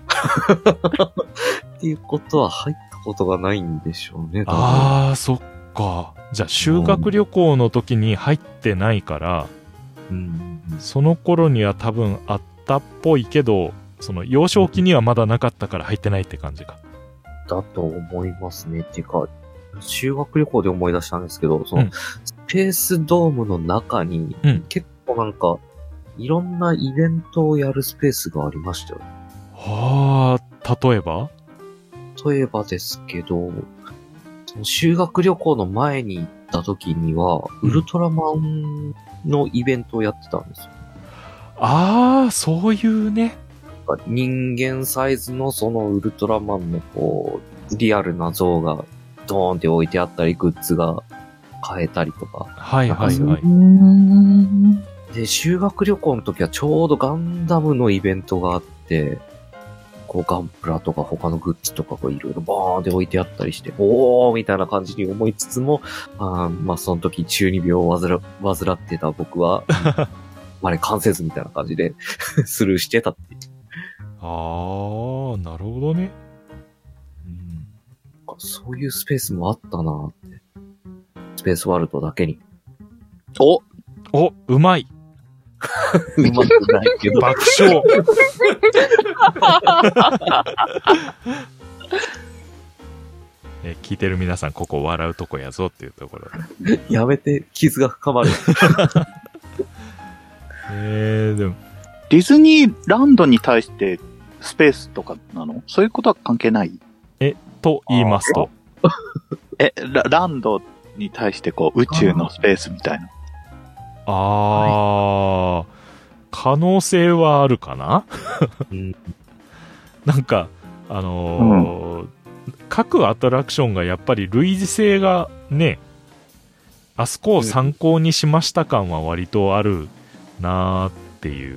っていうことは入ったことがないんでしょうね。 ああ、そっか。じゃあ修学旅行の時に入ってないから、その頃には多分あったっぽいけど、その幼少期にはまだなかったから入ってないって感じか。 だと思いますね。っていうか、修学旅行で思い出したんですけど、その、スペースドームの中に、結構なんか、いろんなイベントをやるスペースがありましたよ。 はあ、例えばですけど、その修学旅行の前に行った時には、ウルトラマンのイベントをやってたんですよ。 ああ、そういうね。 人間サイズのそのウルトラマンのこう、リアルな像がドーンって置いてあったり、グッズが買えたりとか。 はいはいはい。 で、修学旅行の時はちょうどガンダムのイベントがあって、こうガンプラとか他のグッズとかこういろいろバーンって置いてあったりして、おーみたいな感じに思いつつも、まあその時中二病を患ってた僕は、あれ関せずみたいな感じでスルーしてたっていう。 あー、なるほどね。 そういうスペースもあったなーって。スペースワールドだけに。 うまい。 うまくないけど。 爆笑。聞いてる皆さん、ここ笑うとこやぞっていうところ。 やめて、傷が深まる。 でも。 ディズニーランドに対してスペースとかなの？そういうことは関係ない？ と言いますと。 ランドに対してこう宇宙のスペースみたいな。 可能性はあるかななんか、各アトラクションがやっぱり類似性がね、あそこを参考にしました感は割とあるなーっていう。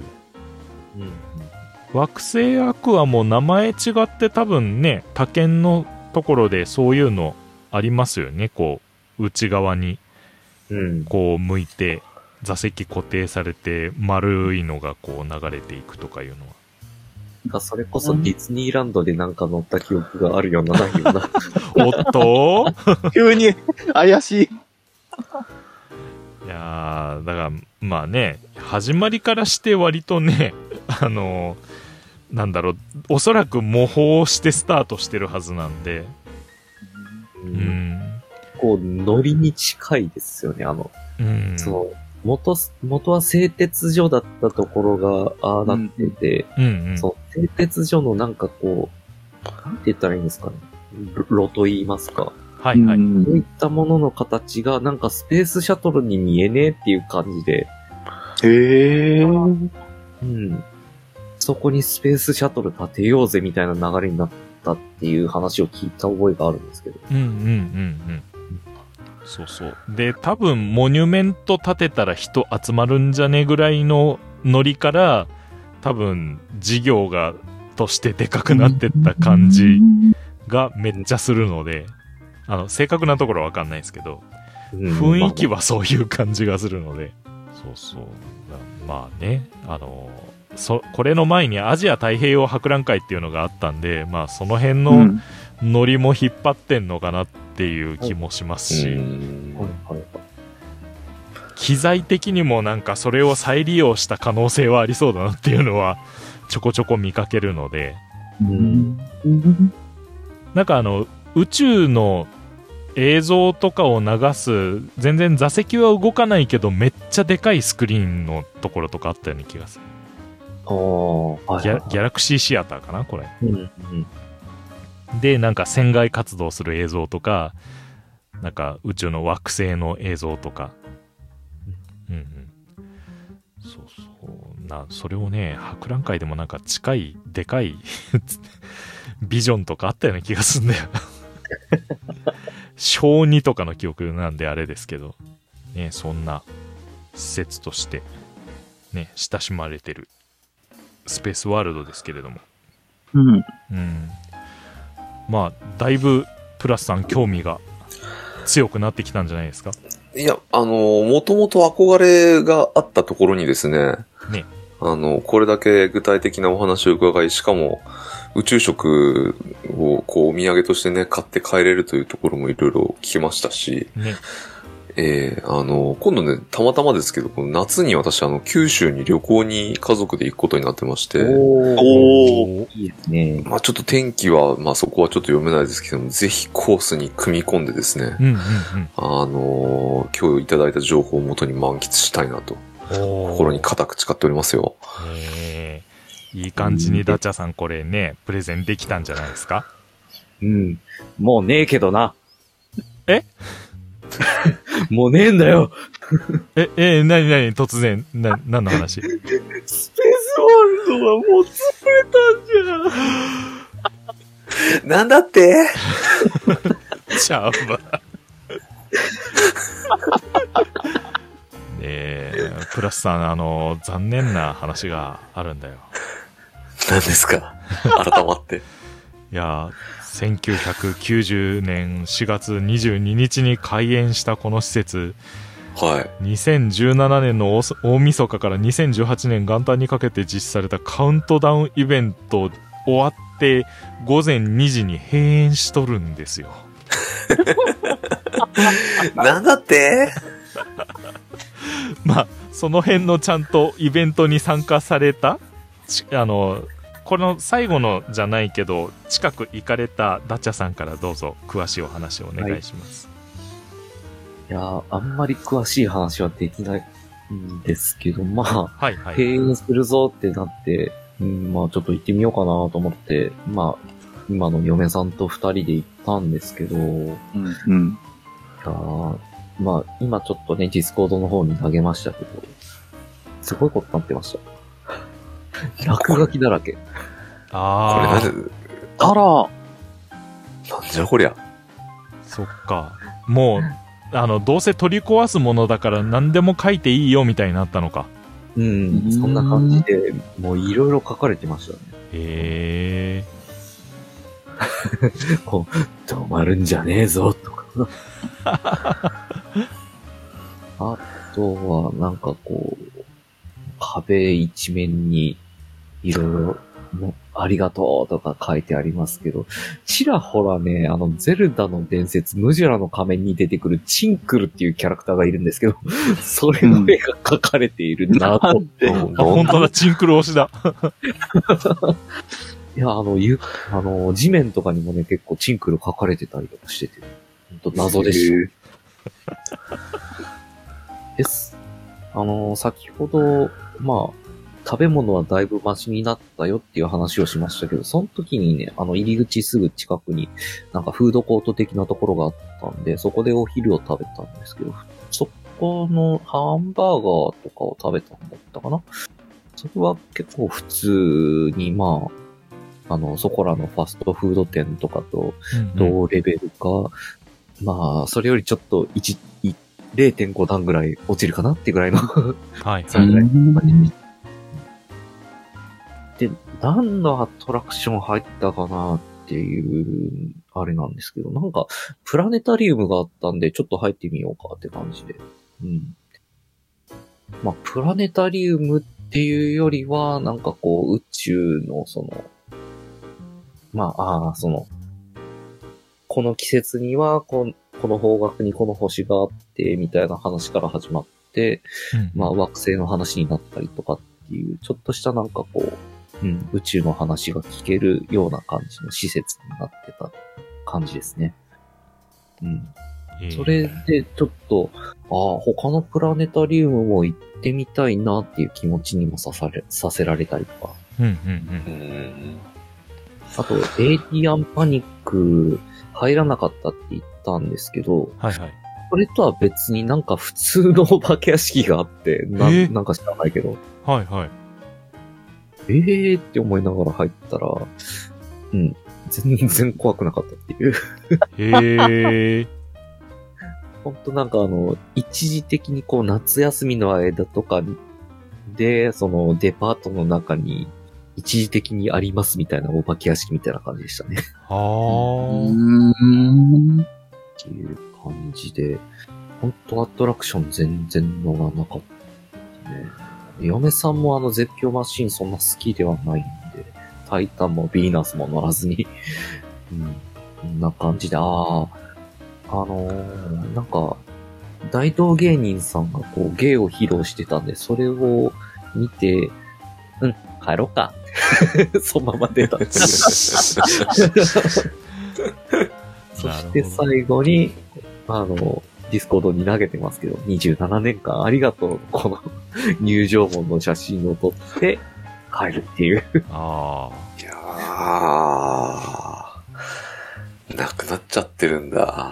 惑星アクアも名前違って多分ね、他県のところでそういうのありますよね。こう、内側に、こう向いて、座席固定されて、丸いのがこう流れていくとかいうのは。 それこそディズニーランドでなんか乗った記憶があるような、ないような。 おっと急に怪しい。いやー、だから、まあね、始まりからして割とね、なんだろう、おそらく模倣してスタートしてるはずなんで、 こう、ノリに近いですよね、その、元は製鉄所だったところが、ああなってて、その製鉄所のなんかこう、なんて言ったらいいんですかね。炉と言いますか。 はいはい。 そういったものの形がなんかスペースシャトルに見えねえっていう感じで。そこにスペースシャトル建てようぜみたいな流れになったっていう話を聞いた覚えがあるんですけど。 そうそう。で、多分、モニュメント建てたら人集まるんじゃねぐらいのノリから、多分、事業としてでかくなってった感じがめっちゃするので、正確なところはわかんないですけど、雰囲気はそういう感じがするので、そうそう。まあね、これの前にアジア太平洋博覧会っていうのがあったんで、まあその辺のノリも引っ張ってんのかなっていう気もしますし、機材的にもなんかそれを再利用した可能性はありそうだなっていうのはちょこちょこ見かけるので、なんか宇宙の映像とかを流す、全然座席は動かないけどめっちゃでかいスクリーンのところとかあったような気がする。ギャラクシーシアターかなこれ、でなんか船外活動する映像とか、なんか宇宙の惑星の映像とか、そうそうそれをね、博覧会でもなんか近いでかいビジョンとかあったような気がするんだよ小2とかの記憶なんであれですけどね、そんな施設としてね親しまれてるスペースワールドですけれども、まあだいぶプラスさん興味が強くなってきたんじゃないですか。 いや、もともと憧れがあったところにですね、これだけ具体的なお話を伺い、しかも宇宙食をこうお土産としてね、買って帰れるというところもいろいろ聞きましたし、今度ね、たまたまですけど、この夏に私、九州に旅行に家族で行くことになってまして。 いいですね。 まあちょっと天気は、まあそこはちょっと読めないですけども、ぜひコースに組み込んでですね、今日いただいた情報をもとに満喫したいなと、心に固く誓っておりますよ。 いい感じにダチャさんこれね、プレゼンできたんじゃないですか。 もうねえけどな。もうねえんだよ。 なに突然、何の話？ スペースワールドはもう潰れたんじゃ。 なんだってちゃうわ。プラスさん、残念な話があるんだよ。 何ですか？改まって。 いや、1990年4月22日に開園したこの施設、2017年の大晦日から2018年元旦にかけて実施されたカウントダウンイベント終わって午前2時に閉園しとるんですよ。 なんだってまあその辺のちゃんとイベントに参加されたこの最後のじゃないけど近く行かれたダチャさんからどうぞ詳しいお話をお願いします。 いや、あんまり詳しい話はできないんですけど、まあ、閉園するぞってなって、まあちょっと行ってみようかなと思って、まあ今の嫁さんと2人で行ったんですけど、 まあ、今ちょっとね、ディスコードの方に投げましたけど、すごいことになってました。落書きだらけ。 これあなんで、 あら、 なんじゃこりゃ。 そっか。もう、どうせ取り壊すものだから何でも書いていいよみたいになったのか。 うん、そんな感じで、もういろいろ書かれてましたね。 へこう、止まるんじゃねえぞ、とか。あとは、なんかこう、壁一面にいろいろ、ありがとうとか書いてありますけど、ちらほらね、ゼルダの伝説、ムジュラの仮面に出てくるチンクルっていうキャラクターがいるんですけど、それの絵が描かれているなと。 あ、本当だ、チンクル推しだ。 いや、地面とかにもね、結構チンクル描かれてたりとかしてて、ほんと謎でした。です。先ほど、まあ、食べ物はだいぶマシになったよっていう話をしましたけど、その時にね、入り口すぐ近くになんかフードコート的なところがあったんで、そこでお昼を食べたんですけど、そこのハンバーガーとかを食べたんだったかな。それは結構普通に、まあ、そこらのファストフード店とかと同レベルか、まあ、それよりちょっと0.5 段ぐらい落ちるかなってぐらいのはい。 それぐらいの感じでした。で、何のアトラクション入ったかなっていう、あれなんですけど、なんか、プラネタリウムがあったんで、ちょっと入ってみようかって感じで。うん。まあ、プラネタリウムっていうよりは、なんかこう、宇宙のこの季節にはこの方角にこの星があって、みたいな話から始まって、まあ、惑星の話になったりとかっていう、ちょっとしたなんかこう、宇宙の話が聞けるような感じの施設になってた感じですね。それでちょっと、他のプラネタリウムも行ってみたいなっていう気持ちにもさせられたりとか。あと、エイリアンパニック入らなかったって言ったんですけど、 はいはい。 それとは別になんか普通のお化け屋敷があって、なんか知らないけど。 はいはい。 って思いながら入ったら、全然怖くなかったっていう。ほんとなんか一時的にこう夏休みの間とかで、そのデパートの中に一時的にありますみたいなお化け屋敷みたいな感じでしたね。っていう感じで、ほんとアトラクション全然乗らなかったね。嫁さんも絶叫マシンそんな好きではないんで、タイタンもヴィーナスも乗らずに、こんな感じで、なんか、大道芸人さんがこう芸を披露してたんで、それを見て、帰ろうか。そのまま出たっていう。そして最後に、ディスコードに投げてますけど、27年間ありがとう。この入場門の写真を撮って帰るっていう。 いやー、なくなっちゃってるんだ。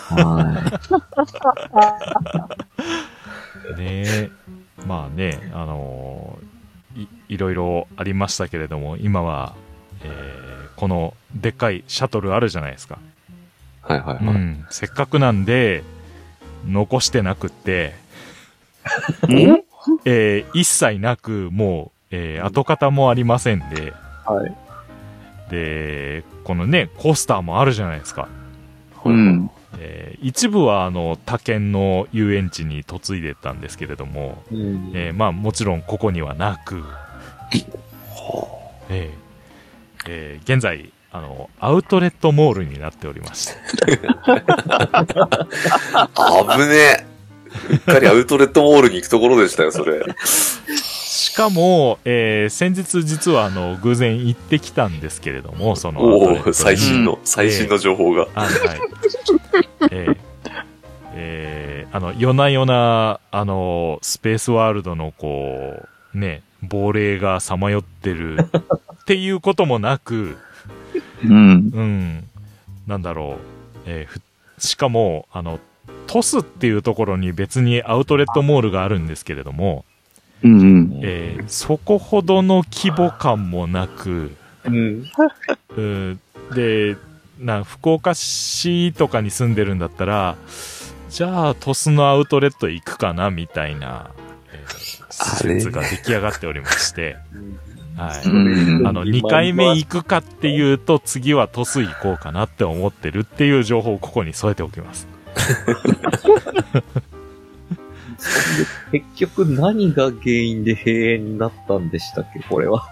ねえ。まあね、いろいろありましたけれども、今は、このでっかいシャトルあるじゃないですか。 はいはいはい。 せっかくなんで、残してなくって、一切なく、もう、跡形もありませんで、で、このね、コースターもあるじゃないですか。一部は他県の遊園地に嫁いでたんですけれども、まあもちろんここにはなく、現在アウトレットモールになっておりまして危ねえ。うっかりアウトレットモールに行くところでしたよ、それ。 しかも、先日実は夜な夜なスペースワールドのこうね亡霊がさまよってるっていうこともなく、なんだろう、しかも鳥栖っていうところに別にアウトレットモールがあるんですけれども、そこほどの規模感もなく、で、福岡市とかに住んでるんだったら、じゃあ鳥栖のアウトレット行くかなみたいな、施設が出来上がっておりまして、はい。2回目行くかっていうと、次は鳥栖行こうかなって思ってるっていう情報をここに添えておきます。 結局何が原因で閉園になったんでしたっけ、これは。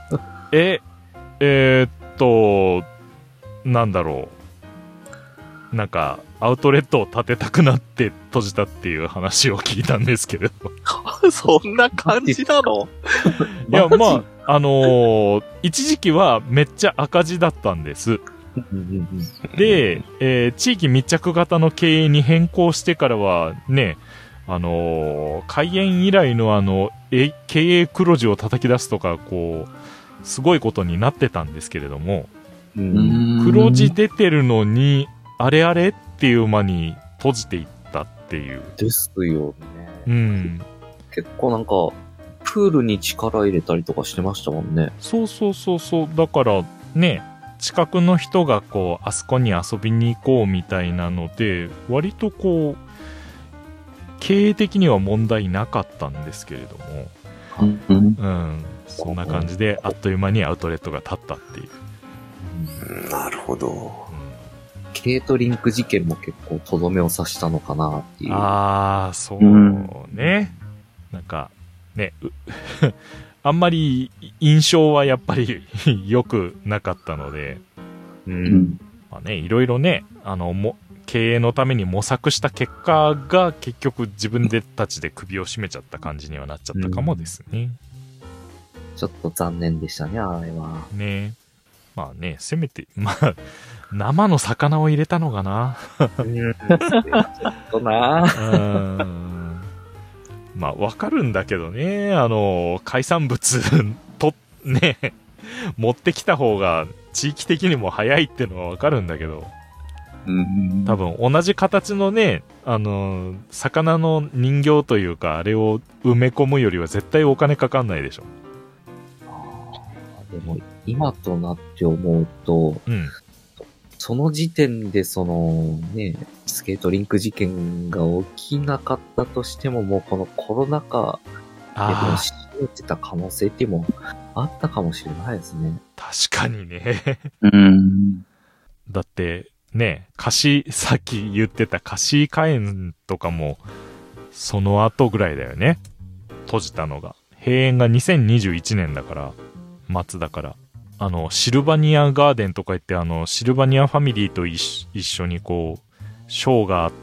なんだろう。なんか、アウトレットを建てたくなって閉じたっていう話を聞いたんですけれど。 そんな感じなの？ いや、まあ、一時期はめっちゃ赤字だったんです。で、地域密着型の経営に変更してからはね、開園以来の経営黒字を叩き出すとか、こう、すごいことになってたんですけれども、黒字出てるのに、あれあれっていう間に閉じていったっていう。 ですよね。結構なんか、プールに力入れたりとかしてましたもんね。 そう。だからね、近くの人がこう、あそこに遊びに行こうみたいなので、割とこう、経営的には問題なかったんですけれども、そんな感じで、あっという間にアウトレットが立ったっていう。 なるほど。 ケートリンク事件も結構とどめを刺したのかなっていう。 ああ、そうね。なんか、ね、あんまり印象はやっぱり良くなかったので、まあね、いろいろね、経営のために模索した結果が結局自分たちで首を絞めちゃった感じにはなっちゃったかもですね。 ちょっと残念でしたね、あれは。 ね。まあね、せめて、まあ、生の魚を入れたのかな。 ちょっとな。 まあ、わかるんだけどね、海産物と、ね、持ってきた方が地域的にも早いってのはわかるんだけど、多分同じ形のね、魚の人形というか、あれを埋め込むよりは絶対お金かかんないでしょ。 でも、今となって思うと、その時点でそのね、スケートリンク事件が起きなかったとしても、もうこのコロナ禍でも閉めてた可能性っていうのもあったかもしれないですね。 確かにね。だって、ね、さっき言ってた貸し火炎とかも、その後ぐらいだよね。閉じたのが。閉園が2021年だから、末だから。シルバニアガーデンとか言って、シルバニアファミリーと一緒にこう、ショーがあって、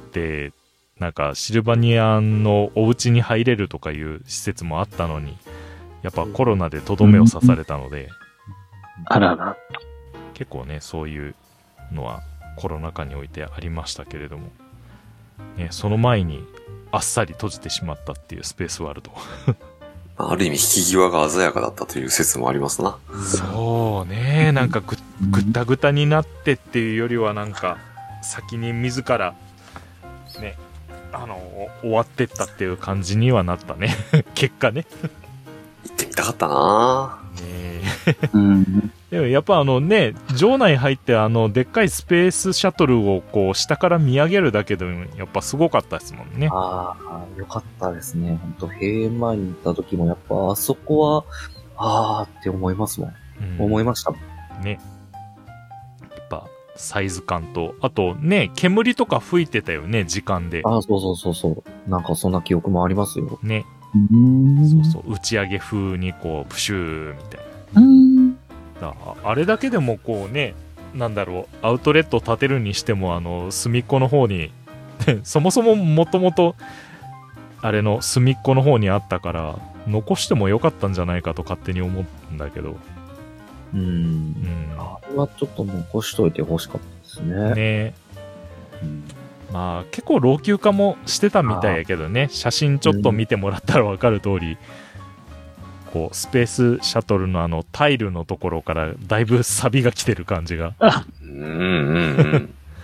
なんか、シルバニアのお家に入れるとかいう施設もあったのに、やっぱコロナでとどめを刺されたので、 あらら。 結構ね、そういうのはコロナ禍においてありましたけれども、ね、その前にあっさり閉じてしまったっていうスペースワールド。 ある意味引き際が鮮やかだったという説もありますな。 そうね、なんかぐったぐたになってっていうよりはなんか先に自らね、終わってったっていう感じにはなったね。結果ね。 行ってみたかったなね。でもやっぱね、場内入ってでっかいスペースシャトルをこう下から見上げるだけでもやっぱすごかったですもんね。 ああ、よかったですね。本当閉園前に行った時もやっぱあそこは、って思いますもん。思いましたもん。 ね。やっぱサイズ感と、あとね、煙とか吹いてたよね、時間で。 そう。なんかそんな記憶もありますよ。 ね。打ち上げ風にこう、プシューみたいな。あれだけでもこうね、なんだろう、アウトレット建てるにしても隅っこの方に、そもそももともと、あれの隅っこの方にあったから、残してもよかったんじゃないかと勝手に思うんだけど。 あれはちょっと残しといてほしかったですね。 ね。まあ結構老朽化もしてたみたいやけどね、写真ちょっと見てもらったらわかる通り、こうスペースシャトルのタイルのところからだいぶ錆が来てる感じが。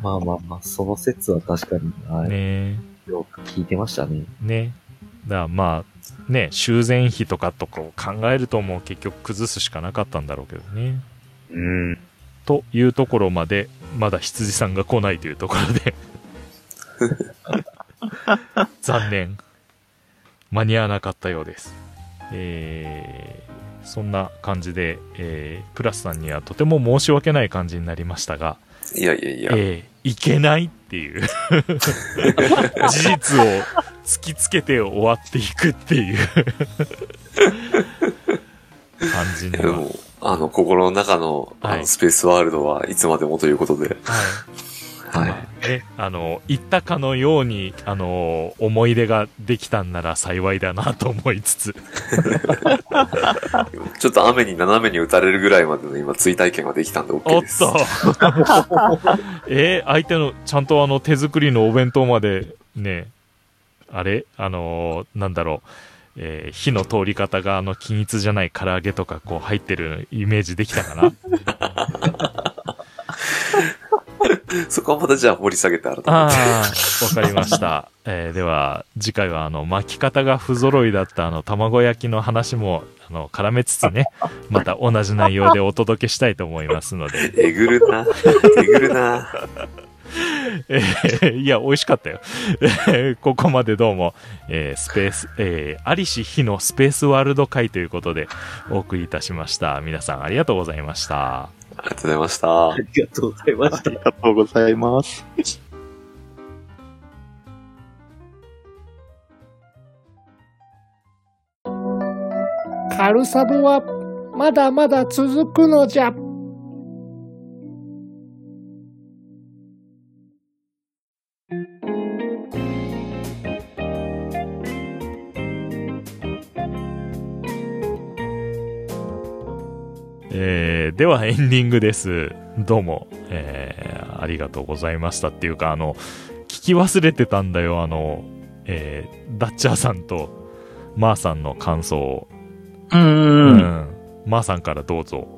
まあまあまあ、その説は確かに、はい。 ねよく聞いてましたね。 ね。だからまあ、ね、修繕費とかを考えるともう結局崩すしかなかったんだろうけどね。 うん。 というところまで、まだ羊さんが来ないというところで。残念。間に合わなかったようです。そんな感じで、プラスさんにはとても申し訳ない感じになりましたが、 いやいやいや。 いけないっていう事実を突きつけて終わっていくっていう感じには。 でも、心の中の、 はい、 スペースワールドはいつまでもということで。 はい。はい。言ったかのように、思い出ができたんなら幸いだなと思いつつ。 ちょっと雨に斜めに打たれるぐらいまでの今追体験ができたんで OK です。 おっと相手の、ちゃんと手作りのお弁当まで、ね、あれなんだろう、火の通り方が均一じゃない唐揚げとかこう入ってるイメージできたかなそこはまたじゃあ掘り下げて改めて。 わかりました。では、次回は巻き方が不揃いだった卵焼きの話も絡めつつね、また同じ内容でお届けしたいと思いますので。 えぐるな。えぐるな。 いや、美味しかったよ。ここまでどうも、スペース、アリシヒのスペースワールド会ということでお送りいたしました。皆さんありがとうございました。 ありがとうございました。 ありがとうございました。 ありがとうございます。 カルサブはまだまだ続くのじゃ。 ではエンディングです。どうも、ありがとうございましたっていうか、聞き忘れてたんだよ、ダッチャーさんとマーさんの感想を。マーさんからどうぞ。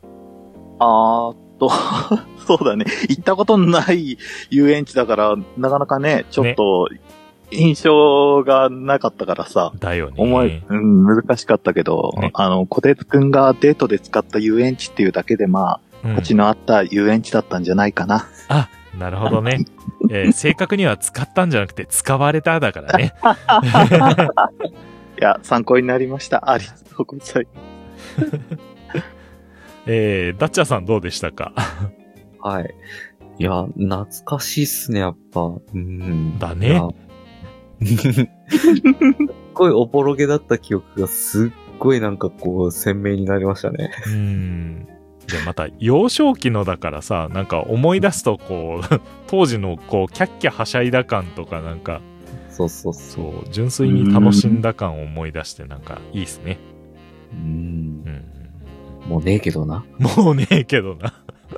そうだね。行ったことのない遊園地だから、なかなかね、ちょっと、印象がなかったからさ。 だよね。 難しかったけど、ね、小鉄くんがデートで使った遊園地っていうだけでまあ、価値のあった遊園地だったんじゃないかな。 あ、なるほどね。正確には使ったんじゃなくて使われただからね。 いや、参考になりました。ありがとうございます。 ダッチャーさんどうでしたか？ はい。いや、懐かしいっすね、やっぱ。 だね。 すっごいおぼろげだった記憶がすっごいなんかこう鮮明になりましたね。 で、また幼少期のだからさ、なんか思い出すとこう、当時のこう、キャッキャはしゃいだ感とかなんか、 そう、 純粋に楽しんだ感を思い出してなんかいいっすね。 もうねえけどな。 もうねえけどな。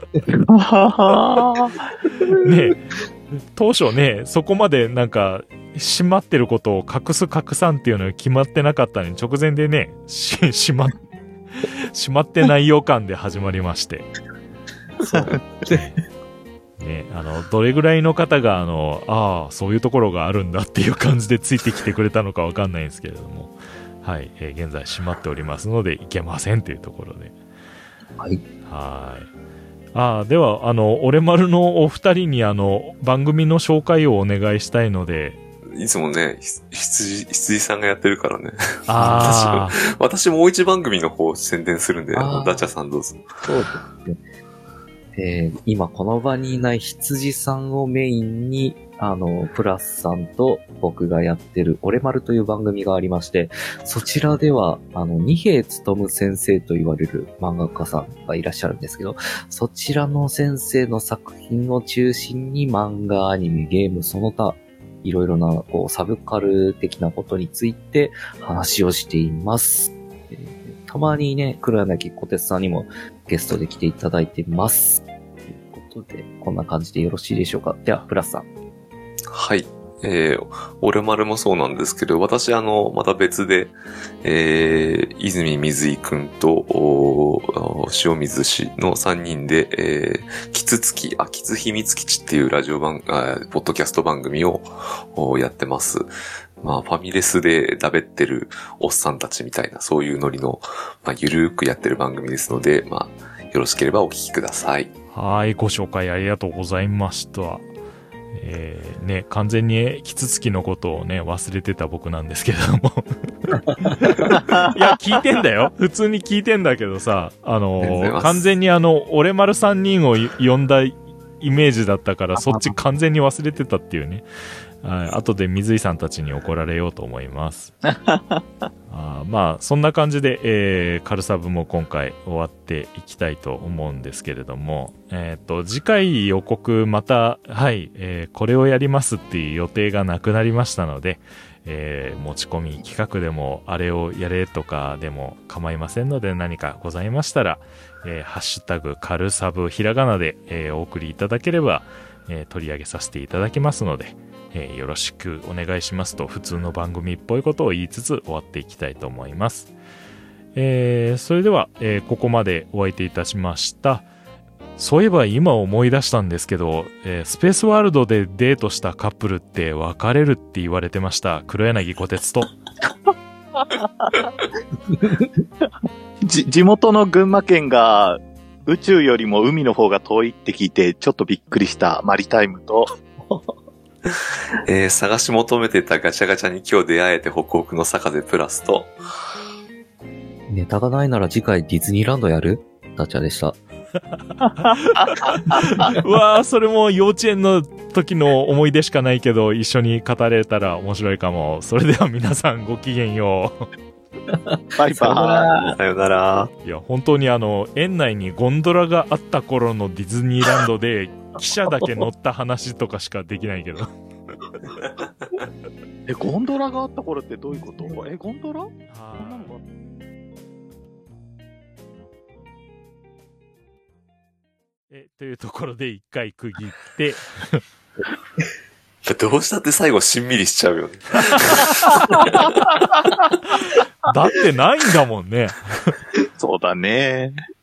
ねえ、当初ね、そこまでなんか、閉まってることを隠す隠さんっていうのが決まってなかったのに直前でね、閉まってない予感で始まりまして。そう。ね、どれぐらいの方がそういうところがあるんだっていう感じでついてきてくれたのかわかんないんですけれども、はい、現在閉まっておりますのでいけませんというところで。 はい。 では、俺丸のお二人に番組の紹介をお願いしたいので、 いつもね、羊さんがやってるからね。私もう一番組の方宣伝するんで、ダチャさんどうぞ。 そうですね。今この場にいない羊さんをメインに、プラスさんと僕がやってる俺丸という番組がありまして、そちらでは、二平勉先生と言われる漫画家さんがいらっしゃるんですけど、そちらの先生の作品を中心に漫画、アニメ、ゲーム、その他、いろいろなこうサブカル的なことについて話をしています。たまにね、黒柳小鉄さんにもゲストで来ていただいてます。ということで、こんな感じでよろしいでしょうか。では、プラスさん。 はい。 俺丸もそうなんですけど、私また別で、泉水井くんと、塩水氏の3人で、キツ秘密基地っていうポッドキャスト番組をやってます。まあ、ファミレスでだべってるおっさんたちみたいな、そういうノリの、まあ、ゆるーくやってる番組ですので、まあ、よろしければお聞きください。 はい、ご紹介ありがとうございました。ね、完全にキツツキのことをね、忘れてた僕なんですけれども。いや、聞いてんだよ。普通に聞いてんだけどさ、完全に俺丸3人を呼んだイメージだったから、そっち完全に忘れてたっていうね。後で水井さんたちに怒られようと思います。まあそんな感じで、カルサブも今回終わっていきたいと思うんですけれども、次回予告また、はい、これをやりますっていう予定がなくなりましたので、持ち込み企画でもあれをやれとかでも構いませんので、何かございましたら、ハッシュタグカルサブひらがなで、お送りいただければ、取り上げさせていただきますので、よろしくお願いしますと普通の番組っぽいことを言いつつ終わっていきたいと思います。それでは、ここまでお相手いたしました。そういえば今思い出したんですけど、スペースワールドでデートしたカップルって別れるって言われてました。黒柳小鉄と地元の群馬県が宇宙よりも海の方が遠いって聞いてちょっとびっくりしたマリタイムと探し求めてたガチャガチャに今日出会えてホクホクの坂でプラスと、 ネタがないなら次回ディズニーランドやる？ダチャでした。 うわー、それも幼稚園の時の思い出しかないけど、一緒に語れたら面白いかも。それでは皆さんごきげんよう。 バイバーイ。さよなら。 いや、本当に園内にゴンドラがあった頃のディズニーランドで、記者だけ乗った話とかしかできないけど。 ゴンドラがあった頃ってどういうこと？ゴンドラ？ というところで一回区切って、 どうしたって最後しんみりしちゃうよね。 だってないんだもんね。 そうだね。